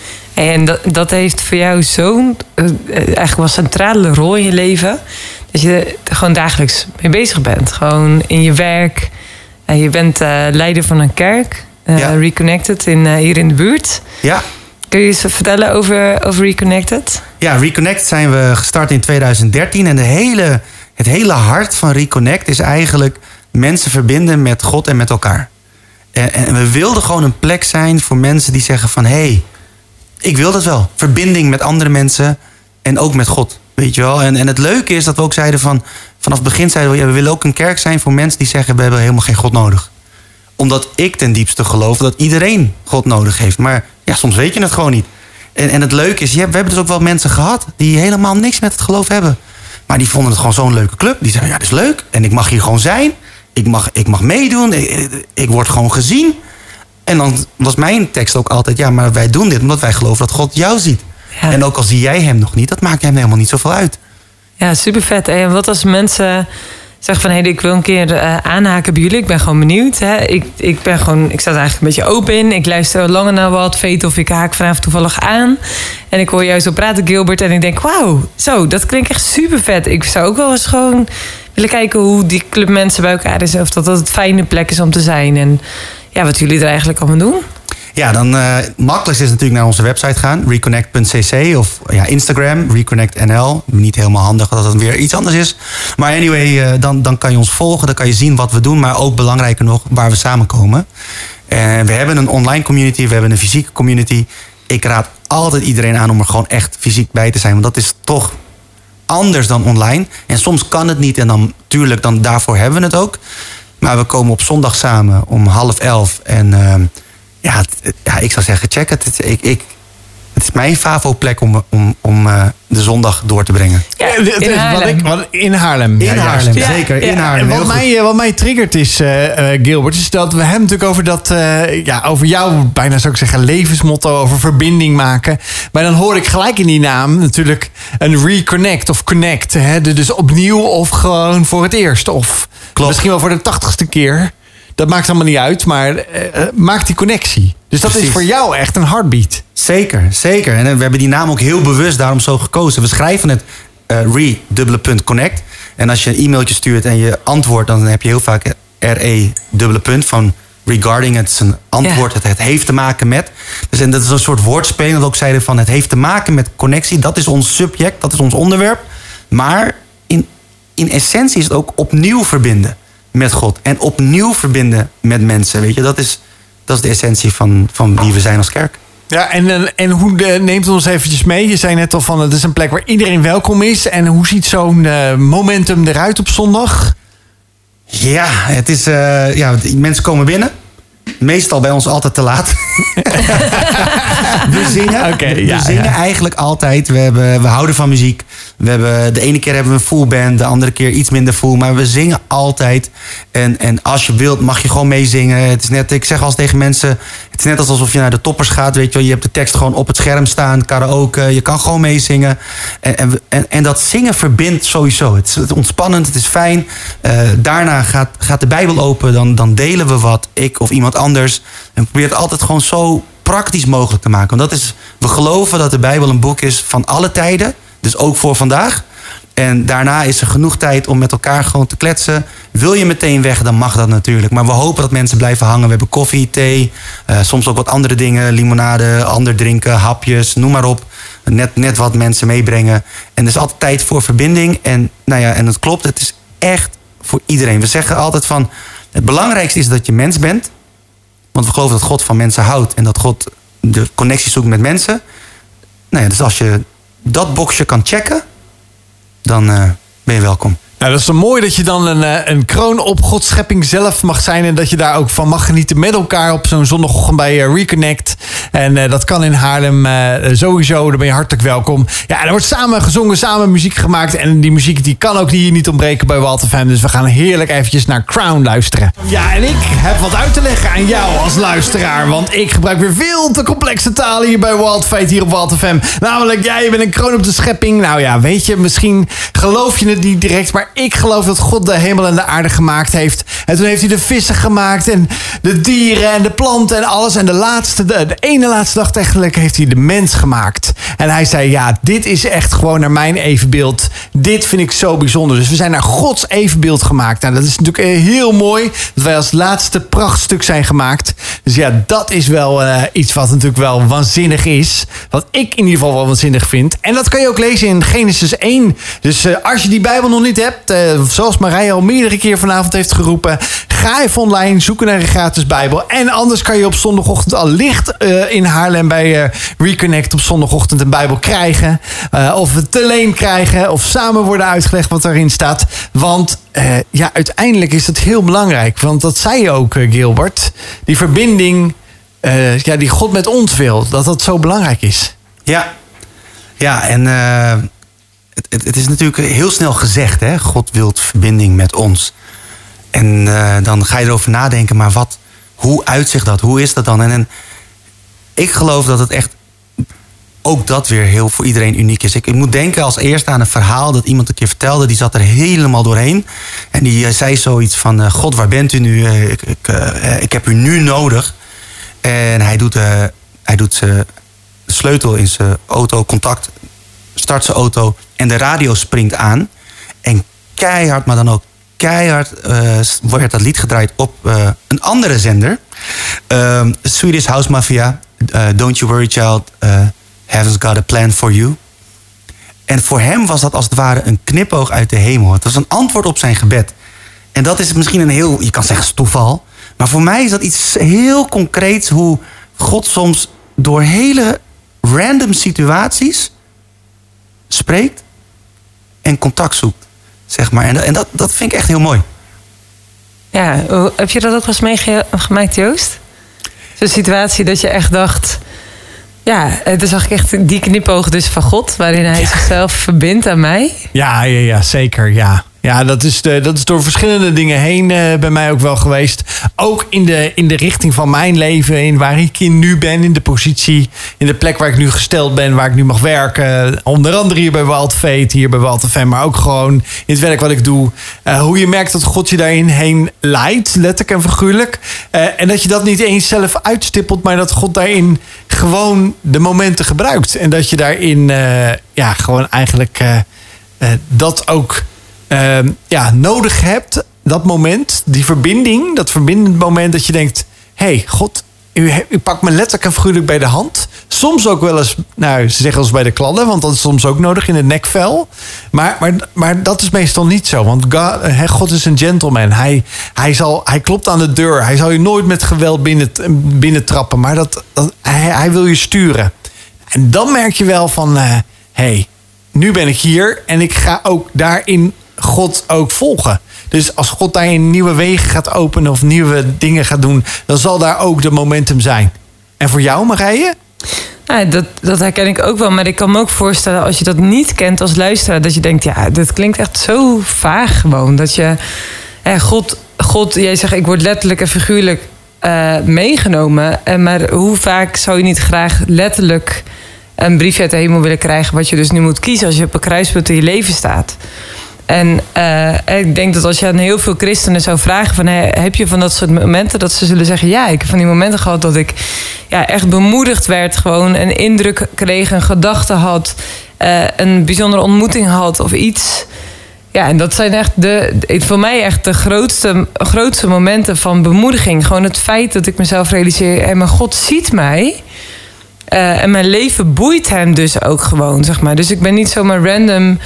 S2: En dat, dat heeft voor jou zo'n uh, eigenlijk wel centrale rol in je leven. Dat je er gewoon dagelijks mee bezig bent. Gewoon in je werk. Uh, je bent uh, leider van een kerk. Uh, ja. Reconnected in, uh, hier in de buurt.
S3: Ja.
S2: Kun je eens vertellen over, over Reconnected?
S3: Ja, Reconnect zijn we gestart in tweeduizend dertien. En de hele, het hele hart van Reconnect is eigenlijk mensen verbinden met God en met elkaar. En, en we wilden gewoon een plek zijn voor mensen die zeggen van... hé, hey, ik wil dat wel. Verbinding met andere mensen en ook met God. Weet je wel? En, en het leuke is dat we ook zeiden van... vanaf het begin zeiden we, ja, we willen ook een kerk zijn voor mensen die zeggen... we hebben helemaal geen God nodig. Omdat ik ten diepste geloof dat iedereen God nodig heeft. Maar ja, soms weet je het gewoon niet. En, en het leuke is, je hebt, we hebben dus ook wel mensen gehad... die helemaal niks met het geloof hebben. Maar die vonden het gewoon zo'n leuke club. Die zeiden, ja, dat is leuk. En ik mag hier gewoon zijn. Ik mag, ik mag meedoen. Ik, ik word gewoon gezien. En dan was mijn tekst ook altijd... ja, maar wij doen dit omdat wij geloven dat God jou ziet. Ja. En ook al zie jij hem nog niet, dat maakt hem helemaal niet zoveel uit.
S2: Ja, super vet. En wat als mensen zeggen van... hé, hey, ik wil een keer uh, aanhaken bij jullie. Ik ben gewoon benieuwd. Hè. Ik, ik ben gewoon, ik sta er eigenlijk een beetje open in. Ik luister al langer naar wat Faith of ik haak vanavond toevallig aan. En ik hoor jou zo praten, Gilbert. En ik denk, wauw, zo, dat klinkt echt super vet. Ik zou ook wel eens gewoon willen kijken hoe die club mensen bij elkaar is. Of dat dat een fijne plek is om te zijn. En ja, wat jullie er eigenlijk allemaal doen.
S3: Ja, dan uh, makkelijkst is natuurlijk naar onze website gaan. reconnect punt c c of ja, Instagram, Reconnect N L. Niet helemaal handig dat het weer iets anders is. Maar anyway, uh, dan, dan kan je ons volgen. Dan kan je zien wat we doen. Maar ook belangrijker nog, waar we samenkomen. En we hebben een online community. We hebben een fysieke community. Ik raad altijd iedereen aan om er gewoon echt fysiek bij te zijn. Want dat is toch anders dan online. En soms kan het niet. En dan, tuurlijk, dan, daarvoor hebben we het ook. Maar we komen op zondag samen om half elf. En... Uh, Ja, het, ja, ik zou zeggen, check het. Het, ik, ik, het is mijn favo-plek om, om, om uh, de zondag door te brengen.
S1: Ja, in Haarlem. Wat ik, wat, in Haarlem.
S3: In
S1: ja,
S3: Haarlem,
S1: ja,
S3: zeker.
S1: Ja,
S3: in Haarlem.
S1: Wat mij, wat mij triggert is, uh, uh, Gilbert, is dat we hebben natuurlijk over dat, uh, ja, over jouw, bijna zou ik zeggen, levensmotto, over verbinding maken. Maar dan hoor ik gelijk in die naam natuurlijk een reconnect of connect. Hè? Dus opnieuw of gewoon voor het eerst. Of Klopt. Misschien wel voor de tachtigste keer. Dat maakt allemaal niet uit, maar uh, maak die connectie. Dus dat Precies. is voor jou echt een heartbeat.
S3: Zeker, zeker. En we hebben die naam ook heel bewust daarom zo gekozen. We schrijven het uh, re, dubbele punt, connect. En als je een e-mailtje stuurt en je antwoordt... dan heb je heel vaak R-E, dubbele punt van regarding. Het is een antwoord, ja. het, het heeft te maken met. Dus en dat is een soort woordspeling dat we ook zeiden van... het heeft te maken met connectie. Dat is ons subject, dat is ons onderwerp. Maar in, in essentie is het ook opnieuw verbinden met God. En opnieuw verbinden met mensen. Weet je, dat is, dat is de essentie van, van wie we zijn als kerk.
S1: Ja, en, en hoe neemt het ons eventjes mee? Je zei net al van, het is een plek waar iedereen welkom is. En hoe ziet zo'n uh, momentum eruit op zondag?
S3: Ja, het is, uh, ja, mensen komen binnen. Meestal bij ons altijd te laat. we zingen, okay, we ja, zingen ja. eigenlijk altijd. We, hebben, we houden van muziek. We hebben, de ene keer hebben we een full band, de andere keer iets minder full. Maar we zingen altijd. En, en als je wilt, mag je gewoon meezingen. Het is net, ik zeg als tegen mensen, het is net alsof je naar de toppers gaat. Weet je wel, je hebt de tekst gewoon op het scherm staan, karaoke. Je kan gewoon meezingen. En, en, en, en dat zingen verbindt sowieso. Het is, het is ontspannend, het is fijn. Uh, daarna gaat, gaat de Bijbel open, dan, dan delen we wat. Ik of iemand anders. En probeer het altijd gewoon zo praktisch mogelijk te maken. Want dat is, we geloven dat de Bijbel een boek is van alle tijden. Dus ook voor vandaag. En daarna is er genoeg tijd om met elkaar gewoon te kletsen. Wil je meteen weg, dan mag dat natuurlijk. Maar we hopen dat mensen blijven hangen. We hebben koffie, thee, uh, soms ook wat andere dingen. Limonade, ander drinken, hapjes, noem maar op. Net, net wat mensen meebrengen. En er is altijd tijd voor verbinding. En, nou ja, en het klopt, het is echt voor iedereen. We zeggen altijd van, het belangrijkste is dat je mens bent. Want we geloven dat God van mensen houdt. En dat God de connectie zoekt met mensen. Nou ja, dus als je dat boxje kan checken, dan uh, ben je welkom.
S1: Nou, dat is zo mooi dat je dan een, een kroon op Gods schepping zelf mag zijn. En dat je daar ook van mag genieten met elkaar op zo'n zondagochtend bij uh, Reconnect. En uh, dat kan in Haarlem uh, sowieso. Daar ben je hartelijk welkom. Ja, er wordt samen gezongen, samen muziek gemaakt. En die muziek die kan ook hier niet ontbreken bij Wild F M. Dus we gaan heerlijk eventjes naar Crown luisteren. Ja, en ik heb wat uit te leggen aan jou als luisteraar. Want ik gebruik weer veel te complexe talen hier bij Wild Fate, hier op Wild F M. Namelijk, jij bent een kroon op de schepping. Nou ja, weet je, misschien geloof je het niet direct. Maar ik geloof dat God de hemel en de aarde gemaakt heeft. En toen heeft hij de vissen gemaakt en de dieren en de planten en alles. En de laatste, de, de ene laatste dag eigenlijk heeft hij de mens gemaakt. En hij zei, ja, dit is echt gewoon naar mijn evenbeeld. Dit vind ik zo bijzonder. Dus we zijn naar Gods evenbeeld gemaakt. Nou, dat is natuurlijk heel mooi. Dat wij als laatste prachtstuk zijn gemaakt. Dus ja, dat is wel uh, iets wat natuurlijk wel waanzinnig is. Wat ik in ieder geval wel waanzinnig vind. En dat kan je ook lezen in Genesis één. Dus uh, als je die Bijbel nog niet hebt, uh, zoals Marije al meerdere keer vanavond heeft geroepen, ga even online, zoeken naar een gratis Bijbel. En anders kan je op zondagochtend al licht uh, in Haarlem bij uh, Reconnect op zondagochtend een Bijbel krijgen. Uh, of het te leen krijgen. Of samen worden uitgelegd wat erin staat. Want uh, ja, uiteindelijk is het heel belangrijk. Want dat zei je ook, uh, Gilbert. Die verbinding uh, ja, die God met ons wil. Dat dat zo belangrijk is.
S3: Ja, ja en uh, het, het is natuurlijk heel snel gezegd. Hè? God wil verbinding met ons. En uh, dan ga je erover nadenken. Maar wat, hoe uitzicht dat? Hoe is dat dan? En, en ik geloof dat het echt ook dat weer heel voor iedereen uniek is. Ik, ik moet denken als eerste aan een verhaal dat iemand een keer vertelde. Die zat er helemaal doorheen. En die uh, zei zoiets van, uh, God, waar bent u nu? Uh, ik, ik, uh, ik heb u nu nodig. En hij doet, uh, hij doet zijn sleutel in zijn auto, contact, start zijn auto en de radio springt aan. En keihard, maar dan ook keihard uh, werd dat lied gedraaid op uh, een andere zender. Uh, Swedish House Mafia, uh, Don't You Worry Child, uh, Heaven's Got a Plan for You. En voor hem was dat als het ware een knipoog uit de hemel. Het was een antwoord op zijn gebed. En dat is misschien een heel, je kan zeggen toeval. Maar voor mij is dat iets heel concreets hoe God soms door hele random situaties spreekt en contact zoekt. Zeg maar. En, en dat, dat vind ik echt heel mooi.
S2: Ja, heb je dat ook wel eens meegemaakt, Joost? Zo'n situatie dat je echt dacht, ja, toen zag ik echt die knipoog dus van God, waarin hij ja. zichzelf verbindt aan mij. Ja,
S1: ja, ja zeker, ja. Ja, dat is, de, dat is door verschillende dingen heen uh, bij mij ook wel geweest. Ook in de, in de richting van mijn leven, in waar ik in nu ben, in de positie, in de plek waar ik nu gesteld ben, waar ik nu mag werken. Onder andere hier bij Wild Fate, hier bij Wild F M, maar ook gewoon in het werk wat ik doe. Uh, hoe je merkt dat God je daarin heen leidt, letterlijk en figuurlijk. Uh, en dat je dat niet eens zelf uitstippelt, maar dat God daarin gewoon de momenten gebruikt. En dat je daarin uh, ja, gewoon eigenlijk uh, uh, dat ook Uh, ja, nodig hebt, dat moment, die verbinding, dat verbindend moment dat je denkt, hé, hey, God, u, u pakt me letterlijk en figuurlijk bij de hand. Soms ook wel eens, nou, ze zeggen als bij de kladden, want dat is soms ook nodig in het nekvel. Maar, maar, maar dat is meestal niet zo, want God, he, God is een gentleman. Hij, hij, zal, hij klopt aan de deur. Hij zal je nooit met geweld binnen, binnentrappen, maar dat, dat, hij, hij wil je sturen. En dan merk je wel van, hé, uh, hey, nu ben ik hier en ik ga ook daarin God ook volgen. Dus als God daarin nieuwe wegen gaat openen of nieuwe dingen gaat doen, dan zal daar ook de momentum zijn. En voor jou, Marije?
S2: Ja, dat, dat herken ik ook wel. Maar ik kan me ook voorstellen, als je dat niet kent als luisteraar, dat je denkt, ja, dat klinkt echt zo vaag gewoon. Dat je, ja, God, God, jij zegt, ik word letterlijk en figuurlijk uh, meegenomen. Uh, maar hoe vaak zou je niet graag letterlijk een briefje uit de hemel willen krijgen, wat je dus nu moet kiezen als je op een kruispunt in je leven staat? En uh, ik denk dat als je aan heel veel christenen zou vragen van, hey, heb je van dat soort momenten, dat ze zullen zeggen, ja, ik heb van die momenten gehad dat ik ja, echt bemoedigd werd, gewoon een indruk kreeg, een gedachte had, uh, een bijzondere ontmoeting had of iets. Ja, en dat zijn echt de, voor mij echt de grootste, grootste momenten van bemoediging. Gewoon het feit dat ik mezelf realiseer, hey, maar God ziet mij. Uh, en mijn leven boeit hem dus ook gewoon, zeg maar. Dus ik ben niet zomaar random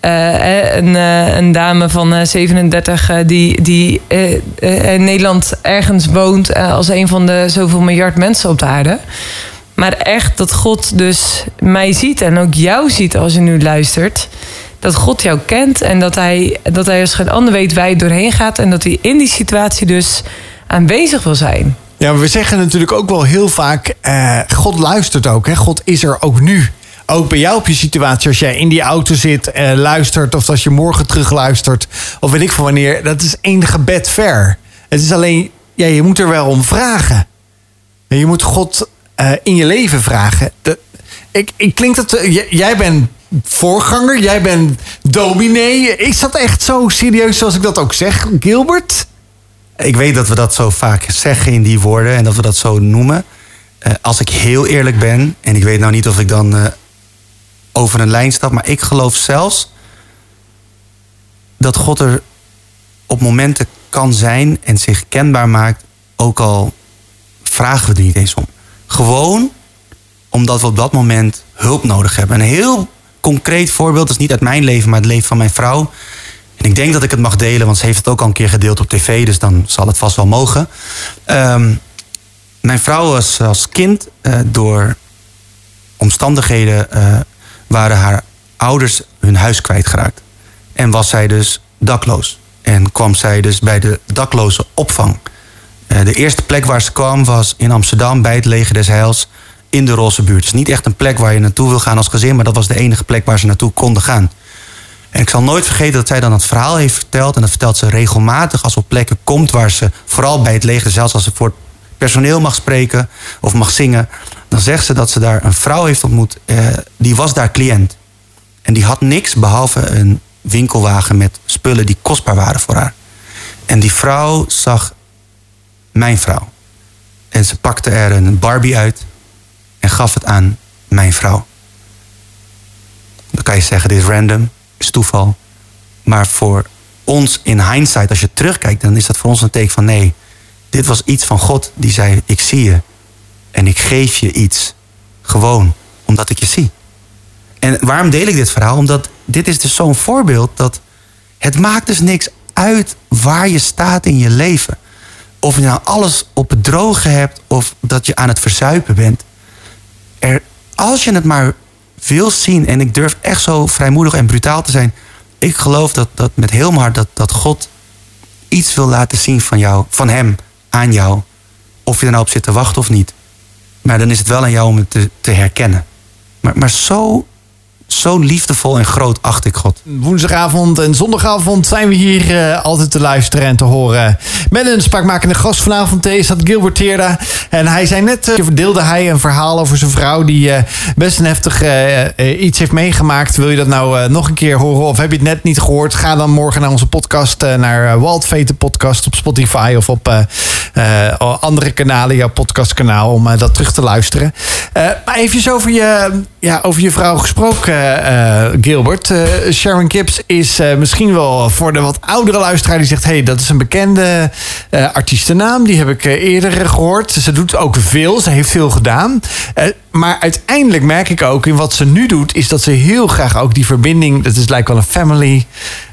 S2: Uh, een, uh, een dame van uh, zevenendertig uh, die, die uh, uh, in Nederland ergens woont uh, als een van de zoveel miljard mensen op de aarde. Maar echt dat God dus mij ziet en ook jou ziet als je nu luistert. dat God jou kent en dat hij, dat hij als geen ander weet waar je doorheen gaat. En dat hij in die situatie dus aanwezig wil zijn.
S1: Ja, maar we zeggen natuurlijk ook wel heel vaak, uh, God luistert ook. Hè? God is er ook nu. Ook bij jou op je situatie, als jij in die auto zit, uh, luistert, of als je morgen terugluistert, of weet ik van wanneer, dat is één gebed ver. Het is alleen, ja, je moet er wel om vragen. Je moet God uh, in je leven vragen. De, ik, ik klinkt dat, uh, j- jij bent voorganger, jij bent dominee. Is dat echt zo serieus zoals ik dat ook zeg, Gilbert?
S3: Ik weet dat we dat zo vaak zeggen in die woorden en dat we dat zo noemen. Uh, als ik heel eerlijk ben, en ik weet nou niet of ik dan uh, over een lijn stap, maar ik geloof zelfs dat God er op momenten kan zijn en zich kenbaar maakt, ook al vragen we er niet eens om. Gewoon omdat we op dat moment hulp nodig hebben. Een heel concreet voorbeeld, dat is niet uit mijn leven, maar het leven van mijn vrouw. En ik denk dat ik het mag delen, want ze heeft het ook al een keer gedeeld op tv, dus dan zal het vast wel mogen. Um, mijn vrouw was als kind uh, door omstandigheden uh, waren haar ouders hun huis kwijtgeraakt. En was zij dus dakloos. En kwam zij dus bij de dakloze opvang. Uh, de eerste plek waar ze kwam was in Amsterdam bij het Leger des Heils in de Roze buurt. Het is niet echt een plek waar je naartoe wil gaan als gezin, maar dat was de enige plek waar ze naartoe konden gaan. En ik zal nooit vergeten dat zij dan het verhaal heeft verteld. En dat vertelt ze regelmatig als ze op plekken komt waar ze, vooral bij het leger, zelfs als ze voor het personeel mag spreken of mag zingen, dan zegt ze dat ze daar een vrouw heeft ontmoet. Eh, die was daar cliënt. En die had niks behalve een winkelwagen met spullen die kostbaar waren voor haar. En die vrouw zag mijn vrouw. En ze pakte er een Barbie uit en gaf het aan mijn vrouw. Dan kan je zeggen, dit is random. Is toeval. Maar voor ons in hindsight, als je terugkijkt, dan is dat voor ons een teken van nee, dit was iets van God die zei, ik zie je en ik geef je iets. Gewoon omdat ik je zie. En waarom deel ik dit verhaal? Omdat dit is dus zo'n voorbeeld dat het maakt dus niks uit waar je staat in je leven. Of je nou alles op het droge hebt of dat je aan het verzuipen bent. Er, als je het maar wil zien, en ik durf echt zo vrijmoedig en brutaal te zijn. Ik geloof dat, dat met heel mijn hart dat, dat God iets wil laten zien van jou, van hem aan jou. Of je er nou op zit te wachten of niet. Maar dan is het wel aan jou om het te, te herkennen. Maar, maar zo, zo liefdevol en groot acht ik God.
S1: Woensdagavond en zondagavond zijn we hier uh, altijd te luisteren en te horen. Met een spraakmakende gast vanavond is dat Gilbert Teerda. En hij zei net, uh, deelde hij een verhaal over zijn vrouw die uh, best een heftig uh, uh, iets heeft meegemaakt. Wil je dat nou uh, nog een keer horen of heb je het net niet gehoord? Ga dan morgen naar onze podcast, uh, naar uh, Wild Fate de podcast op Spotify of op uh, uh, andere kanalen, jouw podcastkanaal, om uh, dat terug te luisteren. Uh, maar even over je, ja, over je vrouw gesproken. Uh, Gilbert. Uh, Sharon Gibbs is uh, misschien wel voor de wat oudere luisteraar die zegt, hey, dat is een bekende uh, artiestennaam. Die heb ik uh, eerder gehoord. Ze doet ook veel. Ze heeft veel gedaan. Uh, maar uiteindelijk merk ik ook in wat ze nu doet, is dat ze heel graag ook die verbinding, dat is lijkt wel een family.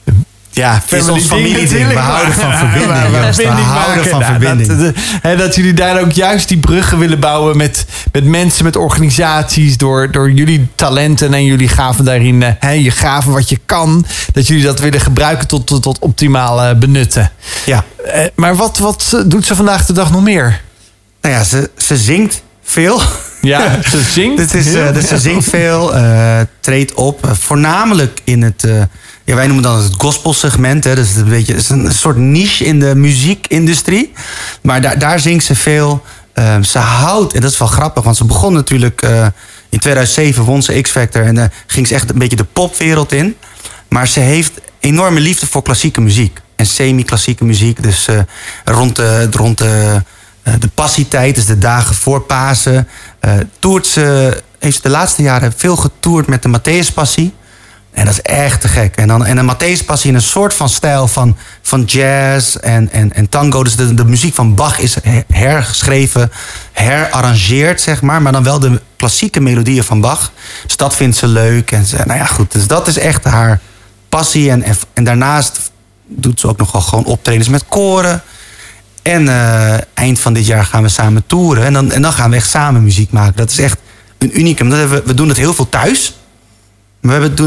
S1: Ja,
S3: het is ons familieding. We houden van verbinding.
S1: Ja, we,
S3: we houden van
S1: nou,
S3: verbinding.
S1: Dat, de, he, dat jullie daar ook juist die bruggen willen bouwen met, met mensen, met organisaties, door, door jullie talenten en jullie gaven daarin, he, je gaven wat je kan, dat jullie dat willen gebruiken tot, tot, tot optimaal uh, benutten.
S3: Ja.
S1: Uh, maar wat, wat doet ze vandaag de dag nog meer?
S3: Nou ja, ze, ze zingt veel.
S1: Ja, ze zingt.
S3: dus is, uh, dus ze zingt veel, uh, treedt op. Uh, voornamelijk in het, uh, ja, wij noemen dan het gospelsegment. Hè, dus het een beetje, het is een soort niche in de muziekindustrie. Maar daar, daar zingt ze veel. Uh, ze houdt, en dat is wel grappig, want ze begon natuurlijk uh, in tweeduizend zeven, won ze X-Factor en uh, ging ze echt een beetje de popwereld in. Maar ze heeft enorme liefde voor klassieke muziek. En semi-klassieke muziek. Dus uh, rond de... Rond de de passietijd, dus de dagen voor Pasen. Uh, toert ze, heeft ze de laatste jaren veel getoerd met de Matthäuspassie. En dat is echt te gek. En, dan, en de Matthäuspassie in een soort van stijl van, van jazz en, en, en tango. Dus de, de muziek van Bach is hergeschreven, herarrangeerd, zeg maar. Maar dan wel de klassieke melodieën van Bach. Dus dat vindt ze leuk. En ze, nou ja, goed. Dus dat is echt haar passie. En, en, en daarnaast doet ze ook nogal gewoon optredens met koren. En uh, eind van dit jaar gaan we samen toeren. En dan, en dan gaan we echt samen muziek maken. Dat is echt een unicum. Dat hebben we, we doen het heel veel thuis. Maar we doen het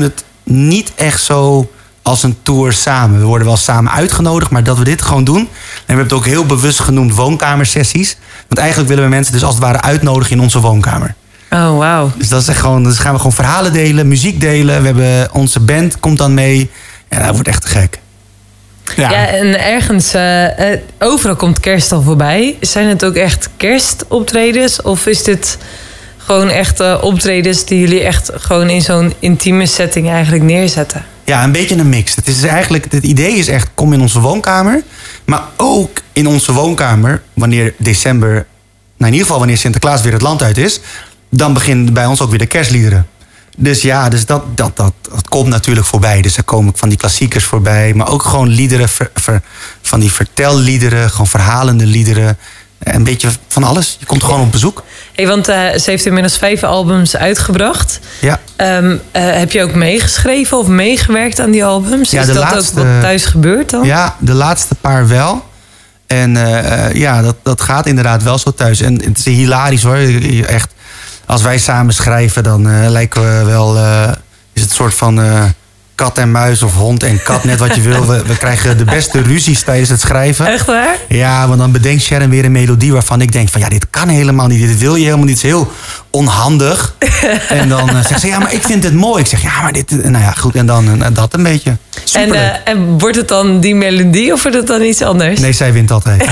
S3: niet echt zo als een tour samen. We worden wel samen uitgenodigd, maar dat we dit gewoon doen. En we hebben het ook heel bewust genoemd woonkamersessies. Want eigenlijk willen we mensen dus als het ware uitnodigen in onze woonkamer.
S2: Oh, wauw.
S3: Dus dat is echt gewoon, dus gaan we gewoon verhalen delen, muziek delen. We hebben onze band, komt dan mee. En dat wordt echt te gek.
S2: Ja, ja en ergens, uh, uh, overal komt kerst al voorbij. Zijn het ook echt kerstoptredens? Of is dit gewoon echt uh, optredens die jullie echt gewoon in zo'n intieme setting eigenlijk neerzetten?
S3: Ja, een beetje een mix. Het, is eigenlijk, het idee is echt, kom in onze woonkamer. Maar ook in onze woonkamer, wanneer december, nou in ieder geval wanneer Sinterklaas weer het land uit is, dan beginnen bij ons ook weer de kerstliederen. Dus ja, dus dat, dat, dat, dat komt natuurlijk voorbij. Dus er komen van die klassiekers voorbij. Maar ook gewoon liederen, ver, ver, van die vertelliederen, gewoon verhalende liederen. Een beetje van alles. Je komt gewoon op bezoek.
S2: Hey, want uh, ze heeft inmiddels vijf albums uitgebracht.
S3: Ja.
S2: Um, uh, heb je ook meegeschreven of meegewerkt aan die albums?
S3: Ja,
S2: is
S3: de
S2: dat
S3: laatste,
S2: ook wat thuis gebeurt dan?
S3: Ja, de laatste paar wel. En uh, ja, dat, dat gaat inderdaad wel zo thuis. En het is hilarisch hoor. Echt, als wij samen schrijven, dan uh, lijken we wel... Uh, is het een soort van uh, kat en muis of hond en kat, net wat je wil. We, we krijgen de beste ruzies tijdens het schrijven.
S2: Echt waar?
S3: Ja, want dan bedenkt Sharon weer een melodie waarvan ik denk van... ja, dit kan helemaal niet, dit wil je helemaal niet. Het is heel onhandig. En dan uh, zegt ze, ja, maar ik vind het mooi. Ik zeg, ja, maar dit... Nou ja, goed, en dan uh, dat een beetje.
S2: En, uh, en wordt het dan die melodie of wordt het dan iets anders?
S3: Nee, zij wint altijd.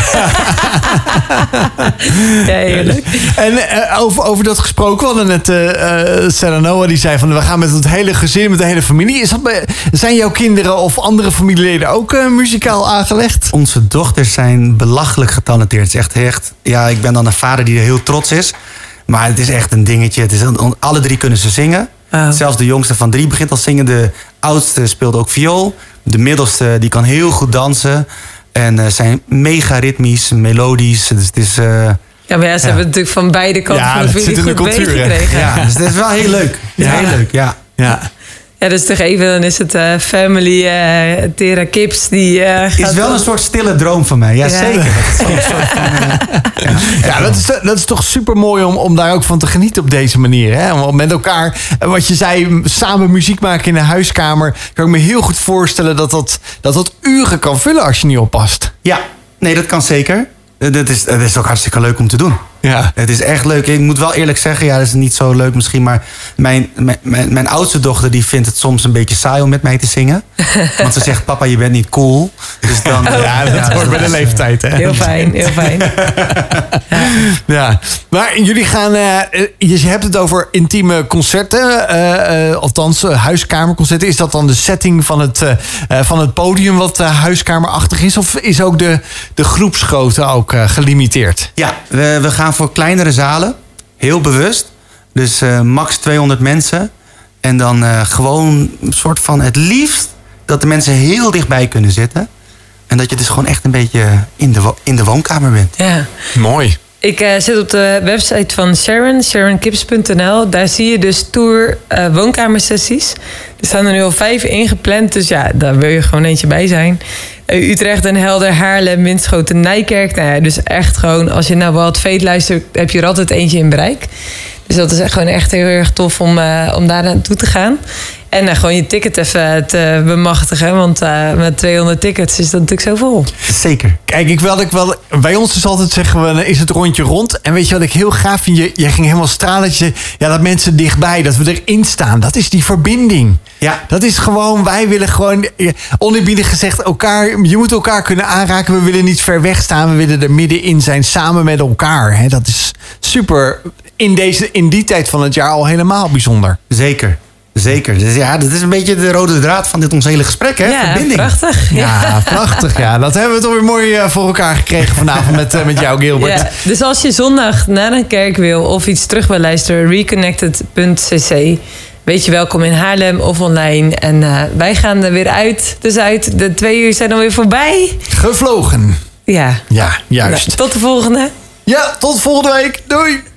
S2: Ja, heerlijk.
S1: En uh, over, over dat gesproken, we hadden net uh, uh, Sarah Noah, die zei van we gaan met het hele gezin, met de hele familie. Is dat bij, zijn jouw kinderen of andere familieleden ook uh, muzikaal aangelegd?
S3: Onze dochters zijn belachelijk getalenteerd. Het is echt, echt, ja, ik ben dan een vader die er heel trots is. Maar het is echt een dingetje. Het is, alle drie kunnen ze zingen. Oh. Zelfs de jongste van drie begint al zingen. De oudste speelt ook viool. De middelste die kan heel goed dansen. En uh, zijn mega ritmisch, melodisch. Dus het is... Uh,
S2: ja, maar ja, ze ja. hebben natuurlijk van beide kanten
S1: ja,
S2: van de familie goed meegekregen.
S3: Ja, dus het is wel heel leuk.
S1: Ja.
S3: Heel leuk, ja.
S1: Ja.
S2: Ja, dus toch even, dan is het uh, family, uh, Tera Kips die uh, gaat...
S3: is wel een soort stille droom van mij, ja, ja. zeker. Dat is soort van, uh,
S1: ja, ja dat, is, dat is toch super mooi om, om daar ook van te genieten op deze manier. Hè? Om met elkaar, wat je zei, samen muziek maken in de huiskamer. Kan ik me heel goed voorstellen dat dat, dat, dat uren kan vullen als je niet oppast.
S3: Ja, nee, dat kan zeker. Dat is, dat is ook hartstikke leuk om te doen.
S1: Ja.
S3: Het is echt leuk. Ik moet wel eerlijk zeggen, ja, dat is niet zo leuk misschien, maar mijn, mijn, mijn, mijn oudste dochter die vindt het soms een beetje saai om met mij te zingen. Want ze zegt, papa, je bent niet cool. Dus dan,
S1: oh, ja, dat ja, hoort bij de leeftijd, hè?
S2: Heel fijn, heel fijn.
S1: Ja. Ja. Maar jullie gaan, uh, je hebt het over intieme concerten, uh, uh, althans uh, huiskamerconcerten. Is dat dan de setting van het, uh, van het podium wat uh, huiskamerachtig is? Of is ook de, de groepsgrootte ook uh, gelimiteerd?
S3: Ja, we, we gaan voor kleinere zalen, heel bewust. Dus uh, max tweehonderd mensen. En dan uh, gewoon een soort van het liefst dat de mensen heel dichtbij kunnen zitten. En dat je dus gewoon echt een beetje in de, wo- in de woonkamer bent.
S2: Ja.
S1: Mooi.
S2: Ik uh, zit op de website van Sharon, sharon kips punt n l. Daar zie je dus tour uh, woonkamersessies. Er staan er nu al vijf ingepland, dus ja, daar wil je gewoon eentje bij zijn. Uh, Utrecht, Den Helder, Haarlem, Winschoten, Nijkerk. Nou ja, dus echt gewoon, als je naar Wild Fate luistert, heb je er altijd eentje in bereik. Dus dat is echt gewoon echt heel erg tof om, uh, om daar naartoe te gaan. En uh, gewoon je ticket even te bemachtigen. Want uh, met tweehonderd tickets is dat natuurlijk zo vol.
S3: Zeker.
S1: Kijk, ik wil, ik wel, bij ons is altijd zeggen we, is het rondje rond. En weet je wat ik heel gaaf vind? Je, jij ging helemaal stralen. Je, ja, dat mensen dichtbij, dat we erin staan. Dat is die verbinding.
S3: Ja.
S1: Dat is gewoon, wij willen gewoon, oneerbiedig gezegd, elkaar, je moet elkaar kunnen aanraken. We willen niet ver weg staan. We willen er middenin zijn, samen met elkaar. Hè? Dat is super, in, deze, in die tijd van het jaar al helemaal bijzonder.
S3: Zeker. Zeker. Dus ja, dat is een beetje de rode draad van dit ons hele gesprek, hè?
S2: Ja,
S3: verbinding.
S2: prachtig.
S1: Ja, ja, prachtig. Ja. Dat hebben we toch weer mooi uh, voor elkaar gekregen vanavond met, uh, met jou, Gilbert.
S2: Ja, dus als je zondag naar een kerk wil of iets terug wil luisteren, reconnected punt c c. Weet je, welkom in Haarlem of online. En uh, wij gaan er weer uit. Dus uit. De twee uur zijn alweer voorbij.
S1: Gevlogen.
S2: Ja.
S1: Ja, juist.
S2: Nou, tot de volgende.
S1: Ja, tot volgende week. Doei.